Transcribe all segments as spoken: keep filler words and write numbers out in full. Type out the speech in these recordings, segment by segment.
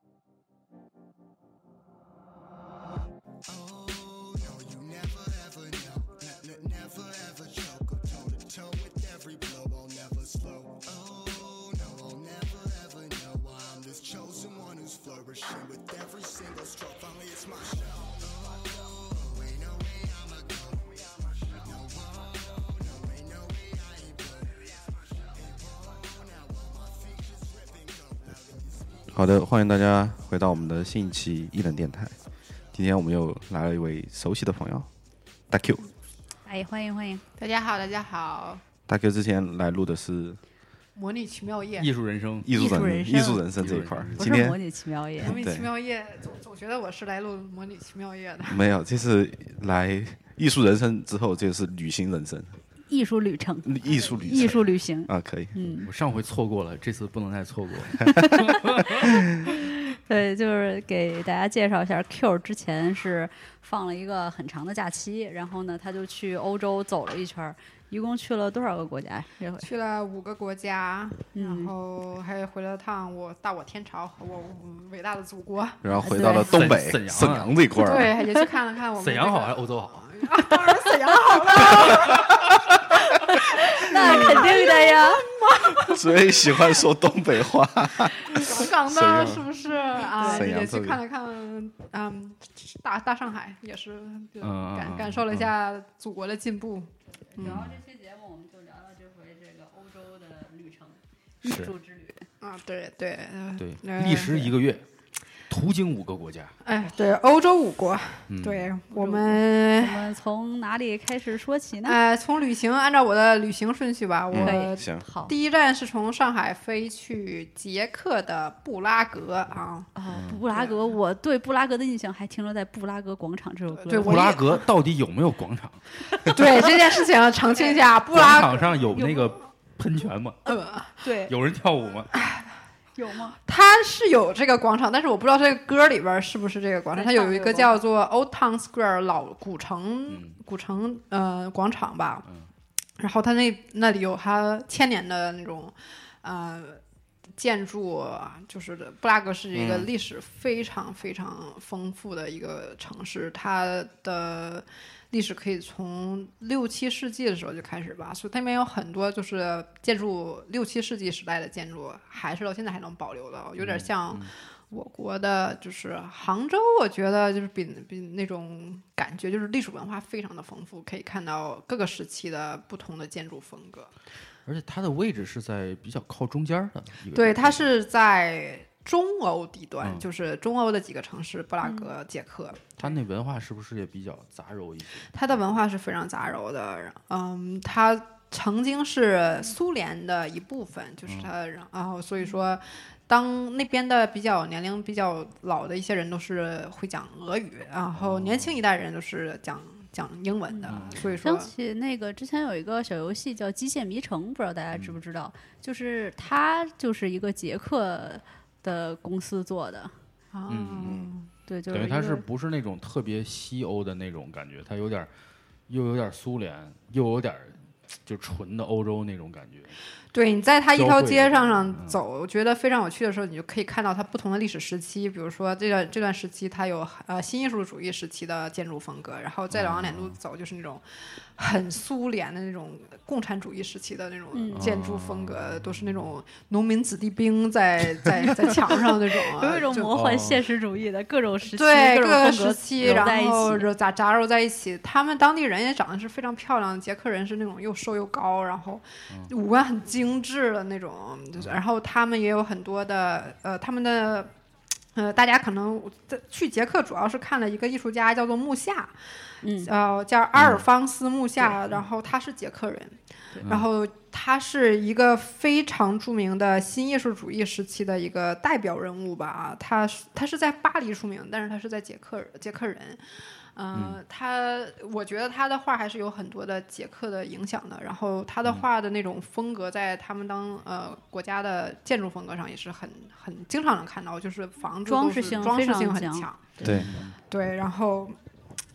好的，欢迎大家回到我们的新一期一人电台。今天我们又来了一位熟悉的朋友，大 Q。 哎，欢迎欢迎， 大家好，大家好。 大 Q 之前来录的是模拟奇妙夜、 艺术人生、 艺术人艺术人生这一块。 不今天是模拟奇妙夜， 模拟奇妙夜，总总觉得我是来录模拟奇妙夜的。 没有，这是来艺术人生之后，这是旅行人生。 艺术旅程， 艺术旅程， 艺术旅行啊，可以。 嗯， 我上回错过了，这次不能再错过了。 对，就是给大家介绍一下 Q 之前是放了一个很长的假期，然后呢，他就去欧洲走了一圈，一共去了多少个国家？这回去了五个国家， 嗯、 然后还回了趟我大我天朝，我伟大的祖国。 然后回到了东北沈阳沈阳这一块儿， 对，也去看了看我们、这个。 沈阳好还是欧洲好？ 啊，当然沈阳好了。 那肯定的呀， 所以喜欢说东北话。 杠杠的，是不是啊？也去看了看，嗯，大大上海也是，就感、嗯、感受了一下祖国的进步。 主要这期节目我们就聊聊这回这个欧洲的旅程，艺术之旅啊，对对对，历时一个月。途经五个国家， 哎，对，欧洲五国， 嗯、 对我们， 我们从哪里开始说起呢？ 哎、呃，从旅行，按照我的旅行顺序吧，我好， 第一站是从上海飞去捷克的布拉格啊。 哦，布拉格，我对布拉格的印象还停留在布拉格广场这首歌。 对， 布拉格到底有没有广场？ 对这件事情澄清一下，布拉格广场上有那个喷泉吗？ 呃， 对， 有人跳舞吗？ 有吗？ 它是有这个广场，但是我不知道这个歌里边是不是这个广场。它有一个叫做 Old Town Square 老古城、嗯、古城呃广场吧， 嗯、 然后它那那里有它千年的那种呃建筑，就是布拉格是一个历史非常非常丰富的一个城市，它的历史可以从六七世纪的时候就开始吧，所以它里面有很多就是建筑六七世纪时代的建筑，还是到现在还能保留的，有点像我国的就是杭州，我觉得就是比比那种感觉就是历史文化非常的丰富，可以看到各个时期的不同的建筑风格。 而且它的位置是在比较靠中间的一个， 对，它是在中欧地段、 嗯、 就是中欧的几个城市，布拉格、 嗯、 捷克。 它那文化是不是也比较杂糅一些？ 它的文化是非常杂糅的，嗯，它曾经是苏联的一部分，就是它，然、嗯、后所以说，当那边的比较年龄比较老的一些人都是会讲俄语，然后年轻一代人都是讲讲英文的， 嗯、 所以说想起那个之前有一个小游戏叫《机械迷城》，不知道大家知不知道？嗯、就是它就是一个捷克的公司做的， 啊、 嗯， 对，就是等于它是不是那种特别西欧的那种感觉？它有点又有点苏联，又有点就纯的欧洲那种感觉。 对，你在它一条街上上走，我觉得非常有趣的时候，你就可以看到它不同的历史时期。比如说这段这段时期，它有呃新艺术主义时期的建筑风格，然后再往两路走，就是那种很苏联的那种共产主义时期的那种建筑风格，嗯、都是那种农民子弟兵在在在墙上那种， 有一种魔幻现实主义的各种时期， 对各个时期，然后杂杂糅在一起。他们当地人也长得是非常漂亮，捷克人是那种又瘦又高，然后五官很精致的那种，就是然后他们也有很多的呃，他们的呃，大家可能去捷克主要是看了一个艺术家叫做穆夏， 嗯， 呃，叫阿尔方斯穆夏，嗯、然后他是捷克人，然后他是一个非常著名的新艺术主义时期的一个代表人物吧，他他是在巴黎出名，但是他是在捷克捷克人。呃、嗯，他我觉得他的画还是有很多的捷克的影响的，然后他的画的那种风格在他们当呃国家的建筑风格上也是很很经常能看到，就是房子装饰性装饰性很强， 强， 对对，然后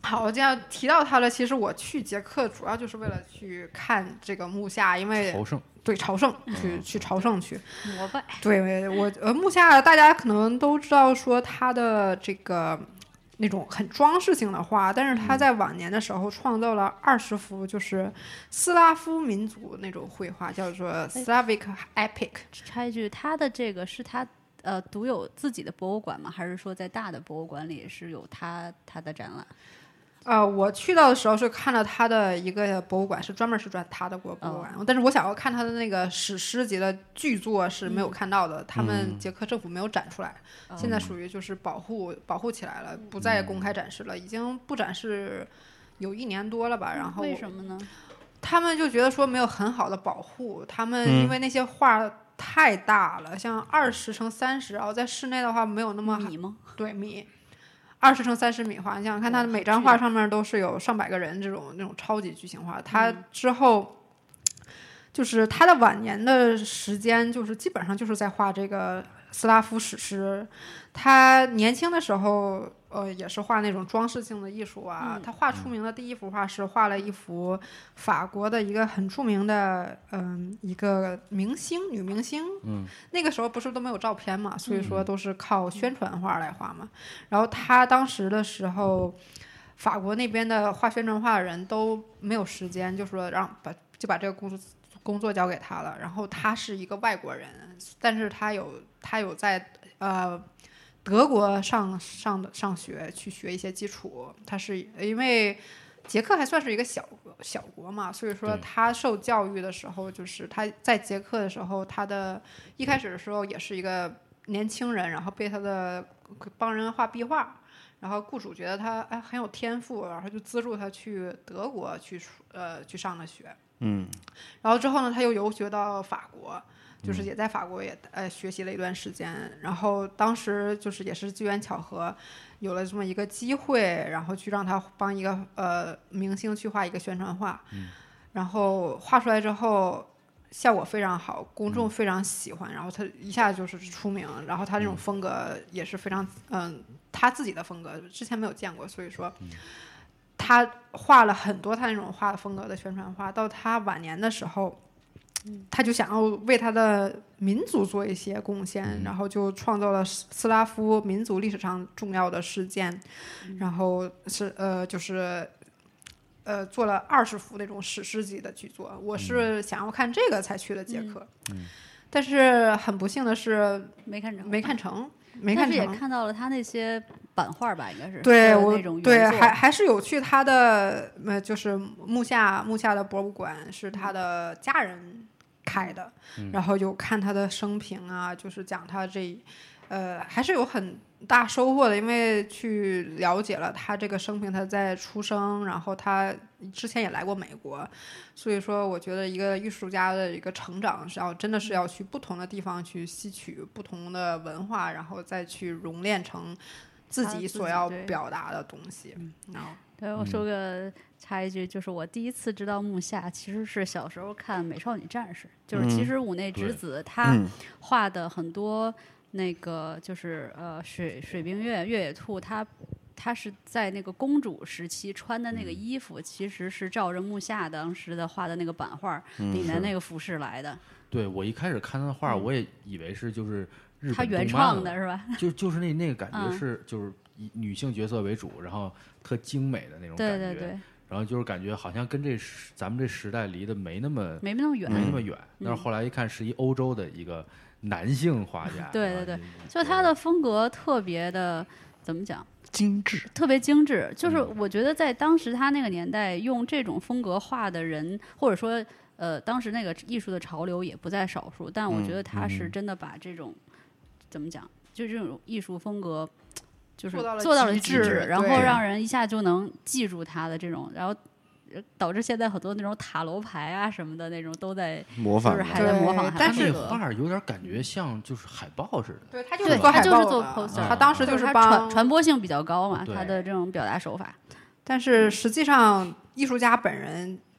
好，这样提到他了。其实我去捷克主要就是为了去看这个木下，因为朝圣， 对朝圣去去朝圣去膜拜。 对我呃木下大家可能都知道说他的这个那种很装饰性的画，但是他在晚年的时候创造了二十幅就是斯拉夫民族那种绘画，叫做 Slavic Epic。 插一句，他的这个是他呃独有自己的博物馆吗？还是说在大的博物馆里是有他他的展览？ 呃，我去到的时候是看了他的一个博物馆，是专门是专他的博博物馆。哦、但是我想要看他的那个史诗级的巨作是没有看到的，嗯、他们捷克政府没有展出来，嗯、现在属于就是保护保护起来了，不再公开展示了，已经不展示有一年多了吧。然后为什么呢？ 他们就觉得说没有很好的保护，他们因为那些画太大了，嗯、像二十乘三十，然后在室内的话没有那么米吗？ 对米。二十乘三十米画，你想看它的每张画上面都是有上百个人这种那种超级巨型画。他之后就是他的晚年的时间，就是基本上就是在画这个斯拉夫史诗。他年轻的时候，呃，也是画那种装饰性的艺术啊。 嗯、 他画出名的第一幅画是画了一幅法国的一个很著名的，嗯、呃，一个明星女明星。 嗯， 那个时候不是都没有照片嘛，所以说都是靠宣传画来画嘛。然后他当时的时候，法国那边的画宣传画的人都没有时间，就说让把就把这个工作工作交给他了。然后他是一个外国人，但是他有他有在呃。德国上上的上学去学一些基础，他是因为捷克还算是一个小小国嘛，所以说他受教育的时候，就是他在捷克的时候，他的一开始的时候也是一个年轻人，然后被他的帮人画壁画，然后雇主觉得他哎很有天赋，然后就资助他去德国去呃去上的学， 嗯， 然后之后呢，他又游学到法国。就是也在法国也呃学习了一段时间，然后当时就是也是机缘巧合，有了这么一个机会，然后去让他帮一个呃明星去画一个宣传画， 嗯、 然后画出来之后效果非常好，公众非常喜欢，嗯、然后他一下就是出名，然后他这种风格也是非常嗯、呃、他自己的风格，之前没有见过，所以说。 嗯他画了很多他那种画风格的宣传画，到他晚年的时候。他就想要为他的民族做一些贡献， 嗯、 然后就创造了斯拉夫民族历史上重要的事件， 嗯、 然后是呃就是呃做了二十幅那种史诗级的巨作。我是想要看这个才去了捷克， 嗯、 但是很不幸的是没看成， 没看成，没看成。 但是也看到了他那些版画吧，应该是对我那种对还还是有去他的呃就是木下木下的博物馆，是他的家人。开的，然后有看他的生平啊，就是讲他这，呃，还是有很大收获的，因为去了解了他这个生平，他在出生，然后他之前也来过美国，所以说我觉得一个艺术家的一个成长是要真的是要去不同的地方去吸取不同的文化，然后再去熔炼成自己所要表达的东西，然后。 对，我说个插一句，就是我第一次知道木下，其实是小时候看《美少女战士》，就是其实五内直子她画的很多那个就是呃水水冰月越野兔，她她是在那个公主时期穿的那个衣服，其实是照着木下当时的画的那个版画里面那个服饰来的。 对，我一开始看他的画，我也以为是就是日本他原创的是吧？ 就就是那那个感觉是就是以女性角色为主，然后特精美的那种感觉。 对对对。 然后就是感觉好像跟这咱们这时代离得没那么没那么远， 没那么远。但是后来一看，是一欧洲的一个男性画家。 对对对，就他的风格特别的怎么讲？ 精致， 特别精致。就是我觉得在当时他那个年代，用这种风格画的人，或者说呃，当时那个艺术的潮流也不在少数。但我觉得他是真的把这种、嗯、怎么讲，就这种艺术风格。就是做到了极致，然后让人一下就能记住他的这种，然后导致现在很多那种塔罗牌啊什么的那种都在模仿， 就是还在模仿。 但是那画有点感觉像就是海报似的。 对，他就是做海报的， 他就是做 poster， 他当时就是帮传传播性比较高嘛， 他的这种表达手法。 但是实际上，艺术家本人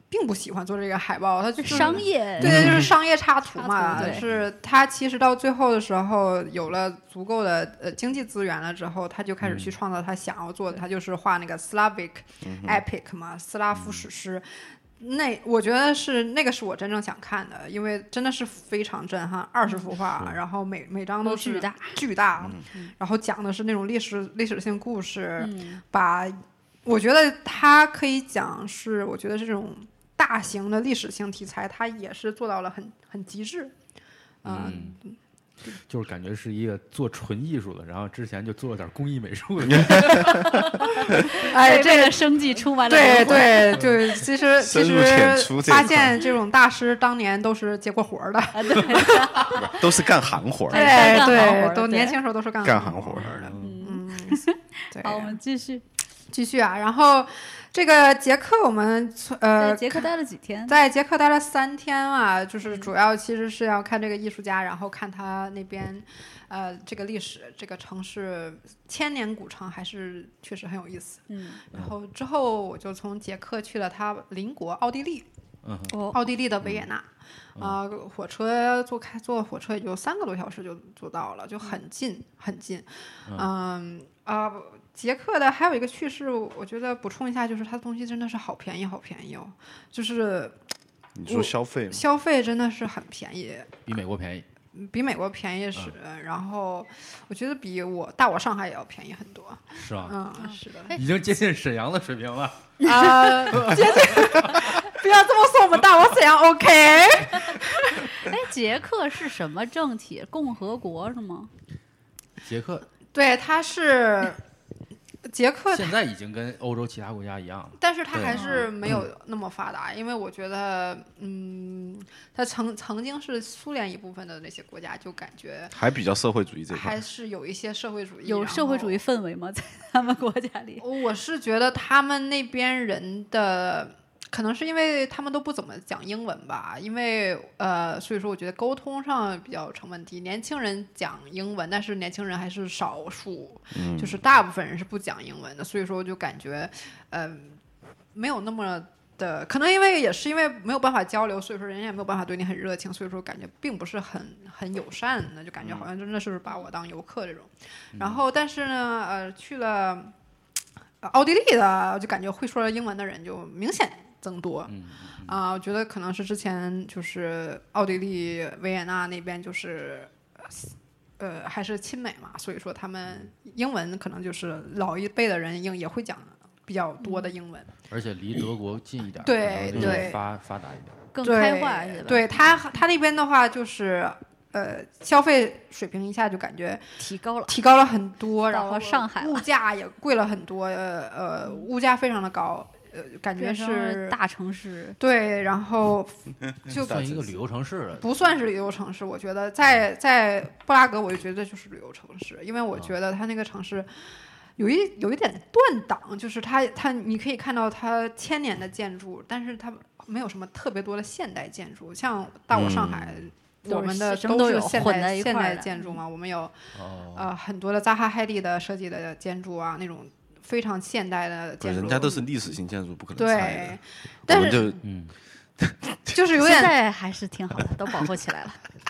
并不喜欢做这个海报，他就是商业， 对，就是商业插图嘛。 插图是他其实到最后的时候有了足够的呃经济资源了之后，他就开始去创造他想要做的，他就是画那个 Slavic epic 嘛，斯拉夫史诗。那我觉得是那个是我真正想看的，因为真的是非常震撼，二十幅画，然后每每张都是巨大巨大，然后讲的是那种历史历史性故事， 嗯、 把我觉得它可以讲是，我觉得这种大型的历史性题材，它也是做到了很很极致，嗯。 嗯就是感觉是一个做纯艺术的，然后之前就做了点工艺美术的。 哎， 这个生计充满了对对对，其实其实这发现这种大师当年都是接过活的， 啊、对都是干行活的， 对对，都年轻时候都是干干行活的。嗯，对。 好，我们继续继续啊，然后。这个捷克我们呃， 在捷克待了几天？ 在捷克待了三天啊，就是主要其实是要看这个艺术家，然后看他那边，呃，这个历史，这个城市千年古城还是确实很有意思。 嗯， 然后之后我就从捷克去了他邻国奥地利， 嗯， 奥地利的维也纳，啊、嗯呃，火车坐开坐火车也就三个多小时就就到了，就很近很近，嗯啊。呃捷克的还有一个趣事，我觉得补充一下，就是它的东西真的是好便宜，好便宜哦。就是你说消费吗？ 消费真的是很便宜， 比美国便宜， 比美国便宜是， 嗯、 然后我觉得比我大我上海也要便宜很多。 是吧？ 嗯，是的， 已经接近沈阳的水平了。 啊、呃，接近，不要这么说，我们大我沈阳 OK。 哎，捷克是什么政体？共和国是吗？ 捷克， 对，它是。捷克现在已经跟欧洲其他国家一样了， 但是它还是没有那么发达，因为我觉得，嗯，它曾曾经是苏联一部分的那些国家，就感觉还比较社会主义这块， 还是有一些社会主义， 有社会主义氛围吗？在他们国家里？ 我是觉得他们那边人的。可能是因为他们都不怎么讲英文吧，因为呃，所以说我觉得沟通上比较成问题。年轻人讲英文，但是年轻人还是少数， 嗯、 就是大部分人是不讲英文的，所以说我就感觉，呃，没有那么的，可能因为也是因为没有办法交流，所以说人家也没有办法对你很热情，所以说感觉并不是很很友善的，就感觉好像真的是把我当游客这种。 嗯、 然后，但是呢，呃，去了奥地利的，就感觉会说英文的人就明显。增多啊、 嗯呃，我觉得可能是之前就是奥地利维也纳那边就是呃还是亲美嘛，所以说他们英文可能就是老一辈的人英也会讲比较多的英文， 而且离德国近一点， 对对， 发发达一点， 更开化对，对他他那边的话就是呃消费水平一下就感觉提高了， 提高了很多，然后上海物价也贵了很多，呃呃物价非常的高。呃，感觉是大城市， 对，然后就算一个旅游城市了， 不算是旅游城市。我觉得在在布拉格，我就觉得就是旅游城市，因为我觉得它那个城市有一有一点断档，就是它它你可以看到它千年的建筑，但是它没有什么特别多的现代建筑，像大我上海。 嗯我们的都是现代现代建筑嘛，我们有、 哦、 呃很多的扎哈海蒂的设计的建筑啊，那种。非常现代的建筑， 人家都是历史性建筑，不可能拆的。 对，但是就嗯， 就是有点， 现在还是挺好的，都保护起来了。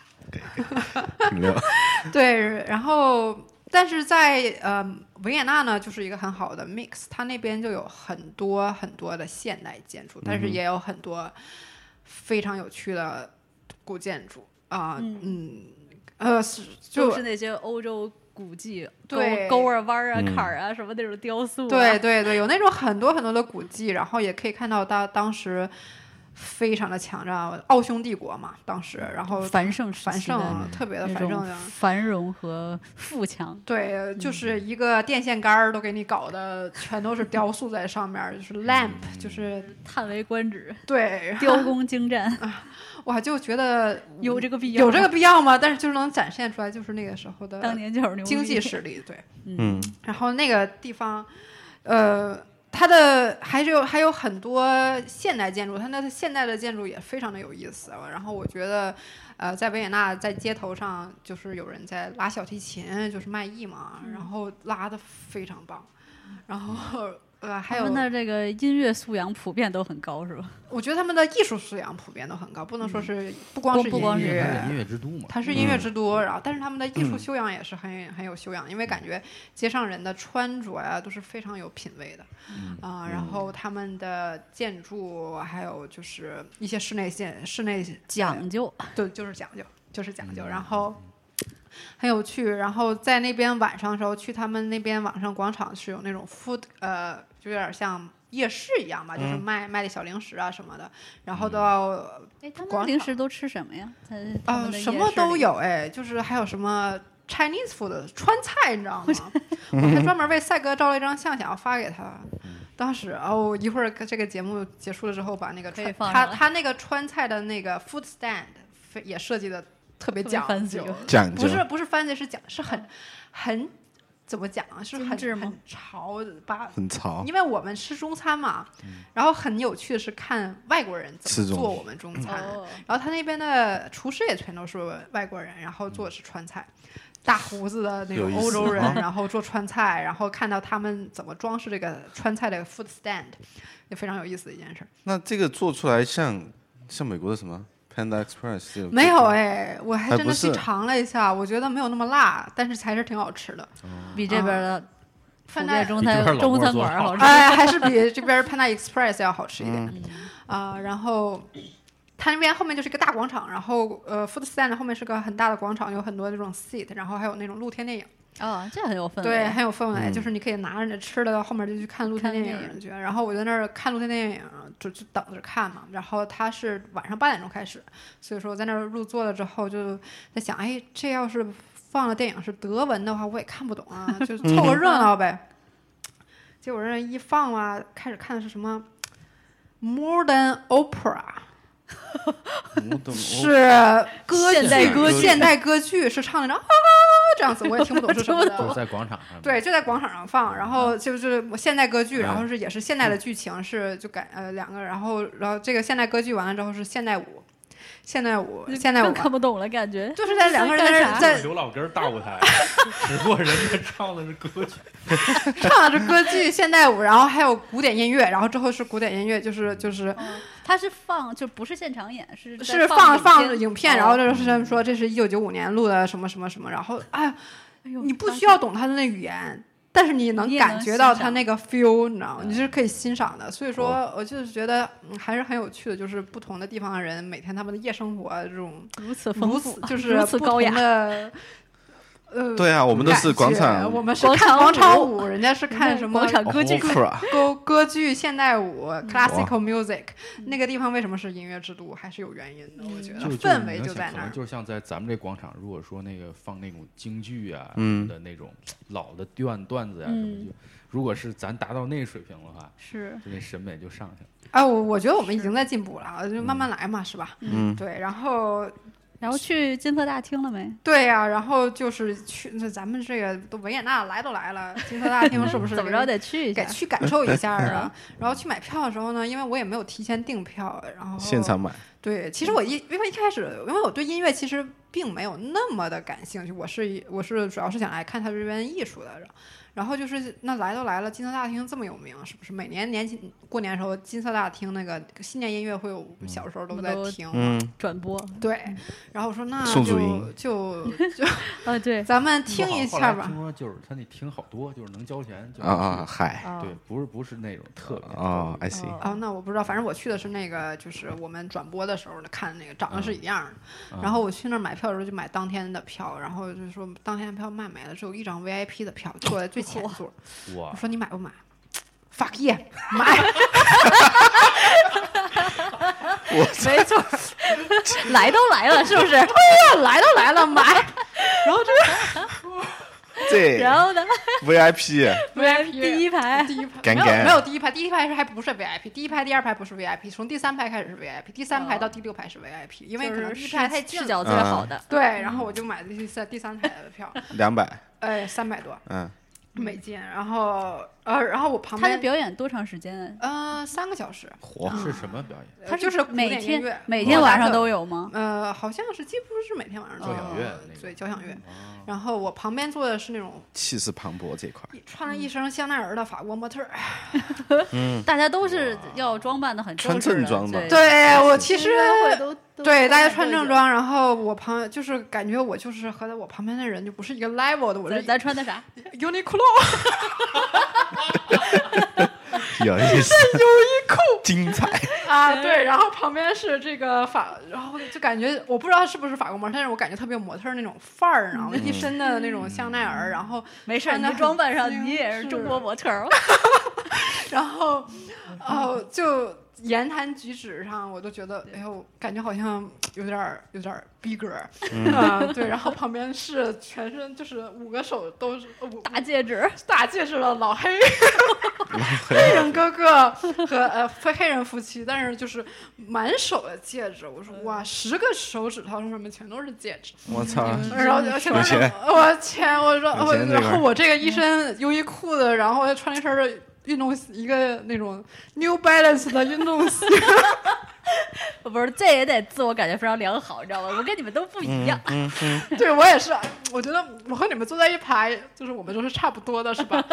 对，然后但是在呃维也纳呢，就是一个很好的 mix， 它那边就有很多很多的现代建筑，但是也有很多非常有趣的古建筑啊，嗯, 嗯，呃， 就是那些欧洲。古迹， 对沟啊、弯啊、坎儿啊，什么那种雕塑、啊。 对对对，有那种很多很多的古迹，然后也可以看到当当时非常的强大，奥匈帝国嘛，当时，然后繁盛繁盛，特别的繁盛的繁荣和富强。 对，就是一个电线杆儿都给你搞的全都是雕塑在上面，就是 lamp，、嗯、就是叹为观止。 对， 雕工精湛。 哇，就觉得有这个必要， 有这个必要吗？但是就是能展现出来，就是那个时候的当年就是经济实力，对， 嗯。 然后那个地方，呃，它的还是有还有很多现代建筑，它那现代的建筑也非常的有意思。然后我觉得，呃，在维也纳在街头上，就是有人在拉小提琴，就是卖艺嘛，然后拉的非常棒。然后呃，还有他们的这个音乐素养普遍都很高，是吧？ 我觉得他们的艺术素养普遍都很高，不能说是不光是不光是音乐， 它是音乐之都嘛， 它是音乐之都，然后但是他们的艺术修养也是很很有修养，因为感觉街上人的穿着呀都是非常有品味的，啊、呃，然后他们的建筑还有就是一些室内建室内讲究， 对，就是讲究，就是讲究，然后。很有趣，然后在那边晚上的时候去他们那边晚上广场是有那种 food， 呃，就有点像夜市一样吧，就是卖卖的小零食啊什么的，然后到哎，他们零食都吃什么呀？ 啊、呃，什么都有哎，就是还有什么 Chinese food 川菜，你知道吗？我还专门为赛哥照了一张相，想要发给他。当时哦，一会儿这个节目结束了之后，把那个川他他那个川菜的那个 food stand 也设计的。特别讲究， 讲究不是不是番茄，是讲是很很怎么讲啊？是很很潮吧？ 很潮。 因为我们吃中餐嘛，嗯、然后很有趣的是看外国人怎么做我们中餐， 哦、 然后他那边的厨师也全都是外国人，然后做的是川菜。大胡子的那种欧洲人，然后做川菜，然后看到他们怎么装饰这个川菜的 food stand， 也非常有意思的一件事。 那这个做出来像像美国的什么？Panda Express 这没有哎，我还真的去尝了一下，我觉得没有那么辣，但是还是挺好吃的， 哦、比这边的普遍中餐中餐馆好吃。 哎，还是比这边 Panda Express 要好吃一点啊、嗯呃。然后它那边后面就是一个大广场，然后呃 Food Stand 后面是个很大的广场，有很多这种 seat， 然后还有那种露天电影。 哦，这很有氛围。 对，很有氛围，嗯、就是你可以拿着你吃的，后面就去看露天电影去。然后我在那儿看露天电影，就就等着看嘛。然后它是晚上八点钟开始，所以说我在那儿入座了之后，就在想，哎，这要是放了电影是德文的话，我也看不懂啊，就凑个热闹呗。结果这一放啊，开始看的是什么 Modern Opera。是歌现代歌剧， 现代歌剧是唱那种啊这样子，我也听不懂是什么的。 就在广场上， 对，就在广场上放，然后就是现代歌剧，然后是也是现代的剧情，是就改呃两个，然后然后这个现代歌剧完了之后是现代舞，现代舞，现代舞看不懂了，感觉就是在两个人在在刘老根大舞台，只不过人家唱的是歌剧， 唱的是歌剧现代舞，然后还有古典音乐，然后之后是古典音乐，就是就是。 嗯他是放就不是现场演，是是放放影片，然后就是说这是一九九五年录的什么什么什么，然后哎，你不需要懂他的那语言，但是你能感觉到他那个 feel， 你知道吗？你是可以欣赏的。所以说，我就是觉得还是很有趣的，就是不同的地方的人每天他们的夜生活这种如此丰富， 就是如此高雅的。呃， 对啊，我们都是广场， 我们是看广场舞，人家是看什么广场歌剧、 歌歌剧、现代舞、classical music。那个地方为什么是音乐之都，还是有原因的。我觉得氛围就在那儿。 就像在咱们这广场，如果说那个放那种京剧啊的那种老的段段子呀什么，就如果是咱达到那个水平的话， 是就那审美就上去了。 啊，我我觉得我们已经在进步了，就慢慢来嘛，是吧？ 嗯， 对，然后。 然后去金色大厅了没？ 对呀、啊，然后就是去，那咱们这个都维也纳来都来了，金色大厅是不是怎么着得去一下， 给去感受一下啊？然后去买票的时候呢，因为我也没有提前订票，然后现场买。 对，其实我一因为一开始，因为我对音乐其实并没有那么的感兴趣，我是我是主要是想来看他这边艺术的。然后就是那来都来了，金色大厅这么有名，是不是？每年年轻过年的时候，金色大厅那个新年音乐会，我们小时候都在听， 嗯， 转播。 对，然后我说那就就就啊，对， 咱们听一下吧。 听说就是他那听好多，就是能交钱。 啊啊，嗨， 对，不是不是那种特别啊 ，I see。 啊，那我不知道，反正我去的是那个，就是我们转播的时候看那个，长得是一样的。然后我去那儿买票的时候就买当天的票，然后就说当天的票卖没了，只有一张 V I P 的票，坐在最前座。我说你买不买 ？fuck yeah， 买！ 没错，来都来了，是不是？对呀，来都来了，买。然后这个， 对， 然后呢 ？V I P，V I P 第一排， 第一排没有没有第一排，第一排是还不是 V I P， 第一排、第二排不是 V I P， 从第三排开始是 V I P， 第三排到第六排是 V I P， 因为可能第一排太近， 视角最好的。 对，然后我就买的第三第三排的票， 两百， 哎，三百多， 嗯。 没劲。然后呃，然后我旁边他的表演多长时间？ 呃三个小时， 火是什么表演？ 他就是每天乐每天晚上都有吗？ 呃，好像是几乎是每天晚上都有交响乐那个对交响乐。 哦然后我旁边坐的是那种气势磅礴这块。 穿了一身香奈儿的法国模特儿。 嗯， 大家都是要装扮的很穿正式正装的对， 对我其实音乐会都都对大家穿这个。 穿正装，然后我旁就是感觉我就是和我旁边的人就不是一个 level 的，我是咱咱穿的啥？ Uniqlo 有意思， 优衣库精彩。 啊，对，然后旁边是这个法，然后就感觉我不知道是不是法国模特，但是我感觉特别有模特那种范儿，然后一身的那种香奈儿，然后没事，你穿得很装扮上精你也是致中国模特儿。 然后哦就言谈举止上我都觉得，哎呦，感觉好像有点儿有点儿逼格儿啊，对，然后旁边是全身就是五个手都是五大戒指， 大戒指的老黑。黑人哥哥和呃非黑人夫妻，但是就是满手的戒指。我说哇，十个手指头上面全都是戒指。 我操！ 然后而且有钱我天，我说我， 有钱这块儿然后我这个一身优衣库的，然后穿了一身的运动一个那种 New Balance 的运动鞋。 不是，这也得自我感觉非常良好，你知道吗？我跟你们都不一样。 嗯嗯， 对我也是，我觉得我和你们坐在一排，就是我们都是差不多的，是吧？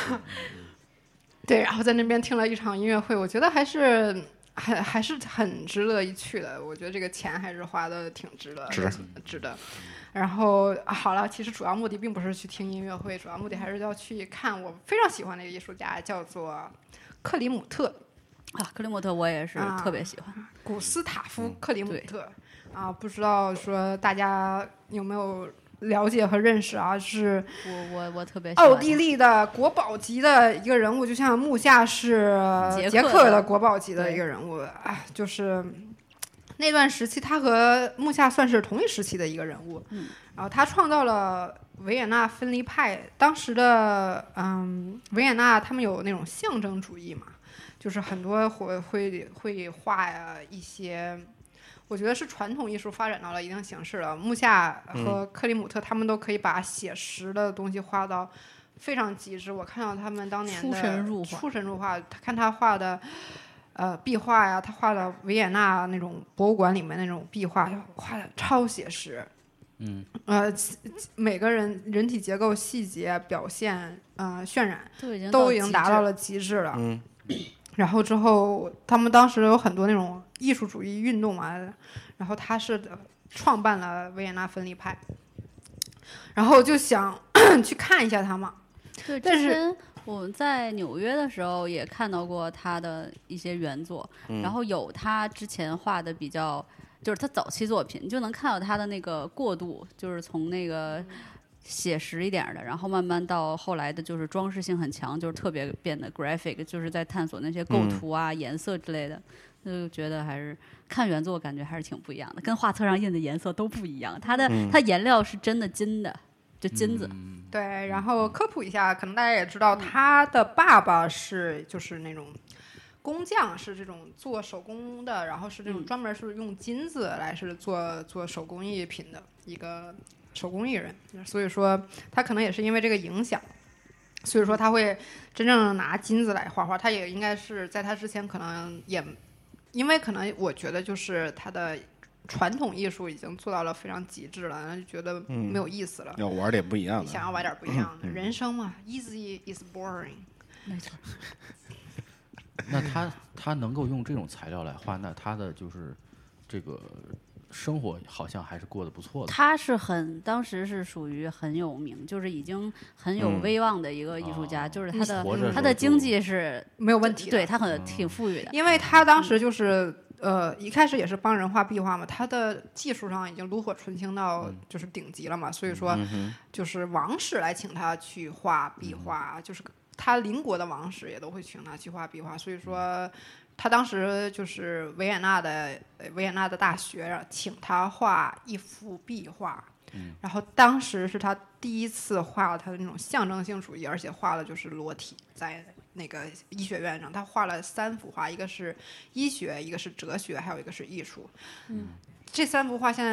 对，然后在那边听了一场音乐会，我觉得还是还还是很值得一去的。我觉得这个钱还是花的挺值得， 值值得。然后、啊、好了，其实主要目的并不是去听音乐会，主要目的还是要去看我非常喜欢的一个艺术家，叫做克里姆特啊，克里姆特我也是啊特别喜欢。 古斯塔夫克里姆对特、啊，不知道说大家有没有了解和认识啊？是我我我特别喜欢奥地利的国宝级的一个人物，就像木下是捷克捷克的国宝级的一个人物，哎，就是那段时期他和木下算是同一时期的一个人物， 嗯， 然后他创造了维也纳分离派。当时的嗯，维也纳他们有那种象征主义嘛，就是很多会会会画呀一些。我觉得是传统艺术发展到了一定形式了。木下和克里姆特他们都可以把写实的东西画到非常极致。我看到他们当年的出神入化， 出神入化。看他画的呃壁画呀，他画的维也纳那种博物馆里面那种壁画，画的超写实。 嗯， 呃，每个人人体结构细节表现呃渲染都已经都已经达到了。 了极致了。 嗯， 然后之后，他们当时有很多那种艺术主义运动嘛，然后他是创办了维也纳分离派，然后就想去看一下他嘛。 对， 但是之前我在纽约的时候也看到过他的一些原作， 嗯然后有他之前画的比较，就是他早期作品，你就能看到他的那个过渡，就是从那个写实一点的，然后慢慢到后来的就是装饰性很强，就是特别变得 graphic，就是在探索那些构图啊、颜色之类的，就觉得还是看原作感觉还是挺不一样的，跟画册上印的颜色都不一样。它的、它颜料是真的金的，就金子。 嗯、 对，然后科普一下，可能大家也知道，他的爸爸是就是那种工匠，是这种做手工的，然后是这种专门是用金子来是做做手工艺品的一个手工艺人，所以说他可能也是因为这个影响，所以说他会真正拿金子来画画。他也应该是在他之前可能也，因为可能我觉得就是他的传统艺术已经做到了非常极致了，就觉得没有意思了， 要玩点不一样的， 想要玩点不一样的。人生嘛 ，easy is boring。 没错。 那他他能够用这种材料来画，那他的就是这个生活好像还是过得不错的。 他是很当时是属于很有名，就是已经很有威望的一个艺术家， 嗯、 就是他的、 嗯、 他的经济是没有问题的， 对他很挺富裕的， 因为他当时就是。呃，一开始也是帮人画壁画嘛，他的技术上已经炉火纯青到就是顶级了嘛，所以说就是王室来请他去画壁画，就是他邻国的王室也都会请他去画壁画，所以说他当时就是维也纳的维也纳的大学请他画一幅壁画，然后当时是他第一次画他的那种象征性主义，而且画的就是裸体在那个医学院上，他画了三幅画，一个是医学，一个是哲学，还有一个是艺术。嗯，这三幅画现在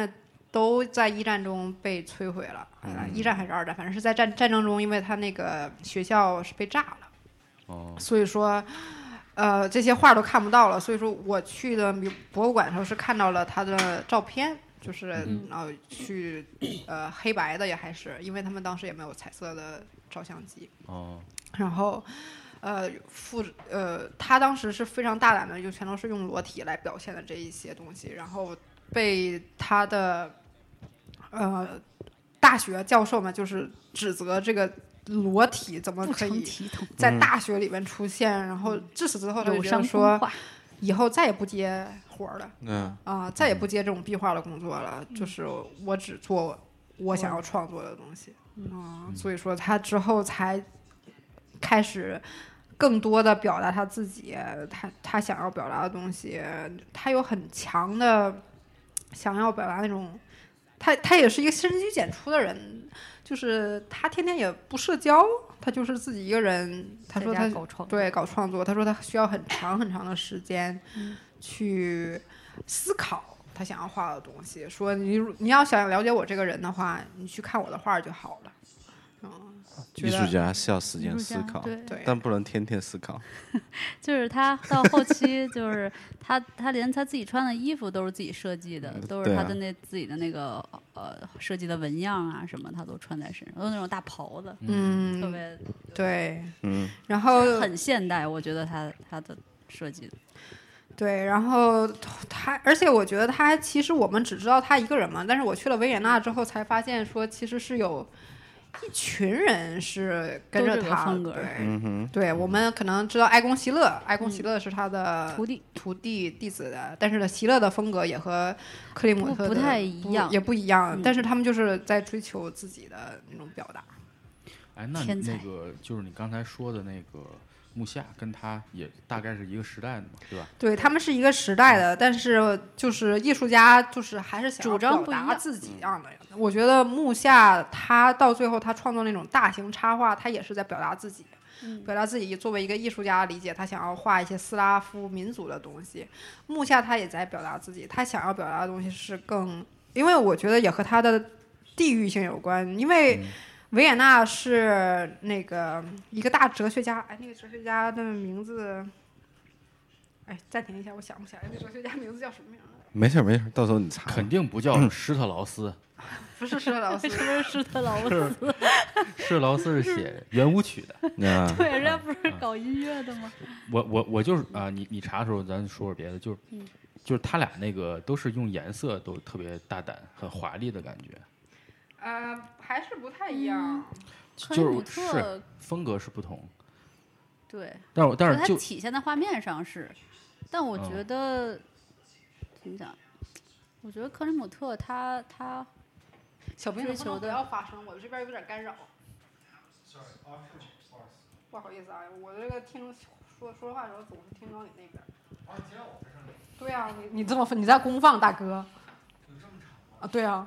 都在一战中被摧毁了。嗯，一战还是二战，反正是在战战争中，因为他那个学校是被炸了。 哦， 所以说，呃，这些画都看不到了。所以说我去的博物馆的时候是看到了他的照片，就是嗯然后去呃黑白的也还是，因为他们当时也没有彩色的照相机。 哦， 然后，呃，复呃，他当时是非常大胆的，就全都是用裸体来表现的这一些东西，然后被他的呃大学教授们就是指责这个裸体怎么不成可以体统， 在大学里面出现，然后自此之后他就有伤觉得说风化。 以后再也不接活儿了嗯啊、再也不接这种壁画的工作了，就是我只做我想要创作的东西啊、所以说他之后才开始更多的表达他自己，他他想要表达的东西，他有很强的想要表达那种，他他也是一个深居简出的人，就是他天天也不社交，他就是自己一个人。他说他在家搞创作对搞创作，他说他需要很长很长的时间去思考他想要画的东西。说你你要想了解我这个人的话，你去看我的画就好了。嗯，觉得艺术家是要时艺术家间思考， 对， 对但不能天天思考。 就是他到后期，就是他他连他自己穿的衣服都是自己设计的， 嗯都是对啊他的那自己的那个呃设计的纹样啊什么，他都穿在身上，都是那种大袍子，特嗯， 别对， 嗯， 然后很现代，我觉得他他的设计的。 对，然后他，而且我觉得他其实我们只知道他一个人嘛，但是我去了维也纳之后才发现说，其实是有一群人是跟着都这个他， 风格对， 嗯哼， 对，我们可能知道埃公席勒，埃公席勒是他的徒弟徒弟弟子的，但是呢，席勒的风格也和克里姆特的不不太一样也不一样， 嗯但是他们就是在追求自己的那种表达。 哎，那天才那个就是你刚才说的那个木下，跟他也大概是一个时代的嘛，对吧？ 对，他们是一个时代的，但是就是艺术家，就是还是想要主张表不一样达自己样的人。我觉得木下他到最后他创作那种大型插画，他也是在表达自己， 嗯表达自己作为一个艺术家理解他想要画一些斯拉夫民族的东西。木下他也在表达自己，他想要表达的东西是更，因为我觉得也和他的地域性有关，因为。维也纳是那个一个大哲学家，哎，那个哲学家的名字，哎，暂停一下，我想不起来那哲学家名字叫什么名了。 没事儿没事儿，到时候你查。 肯定不叫施特劳斯， 不是施特劳斯为，什么是施特劳斯？ 施特劳斯是写圆舞曲的。 啊， 对，人家不是搞音乐的吗？ 我我我就是啊、你你查的时候咱说说别的，就是、 嗯就是他俩那个都是用颜色都特别大胆，很华丽的感觉， 呃，还是不太一样。 克里姆就是特是风格是不同， 对， 但是我但是它就体现在画面上是，但我嗯觉得、怎么讲？我觉得克里姆特他他小朋友不能不追求的要发声，我这边有点干扰。不好意思啊，我这个听说说话的时候总是听到你那边。对啊，你你这么你在公放，大哥。啊，对啊。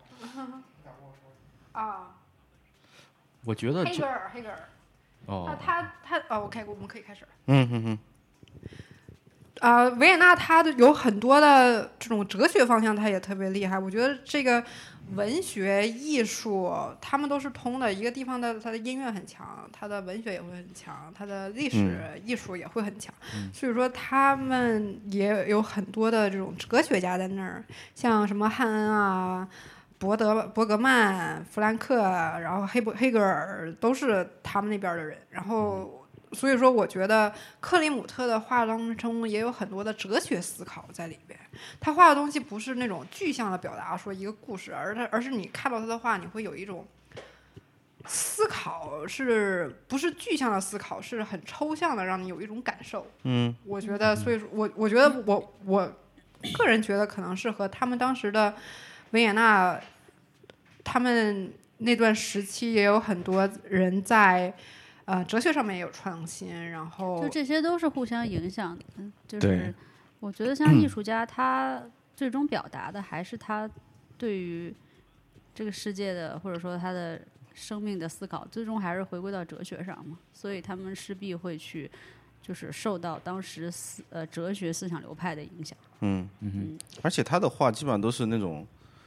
啊， 我觉得就黑格尔，黑格尔， 哦他他他，哦，OK，我们可以开始。 嗯哼哼， 啊、维也纳它的有很多的这种哲学方向，它也特别厉害。我觉得这个文学艺术，他们都是通的。一个地方的它的音乐很强，它的文学也会很强，它的历史艺术也会很强。 嗯所以说，他们也有很多的这种哲学家在那儿，像什么汉恩啊。伯德、伯格曼、弗兰克，然后黑伯黑格尔都是他们那边的人。然后，所以说，我觉得克里姆特的画当中也有很多的哲学思考在里边。他画的东西不是那种具象的表达，说一个故事，而他而是你看到他的画，你会有一种思考，是不是具象的思考，是很抽象的，让你有一种感受。 嗯， 我觉得，所以说我我觉得我我个人觉得可能是和他们当时的维也纳。他们那段时期也有很多人在，呃，哲学上面也有创新，然后就这些都是互相影响的。嗯就是对我觉得像艺术家，他最终表达的还是他对于这个世界的或者说他的生命的思考，最终还是回归到哲学上嘛。所以他们势必会去就是受到当时思呃哲学思想流派的影响。 嗯， 嗯而且他的画基本上都是那种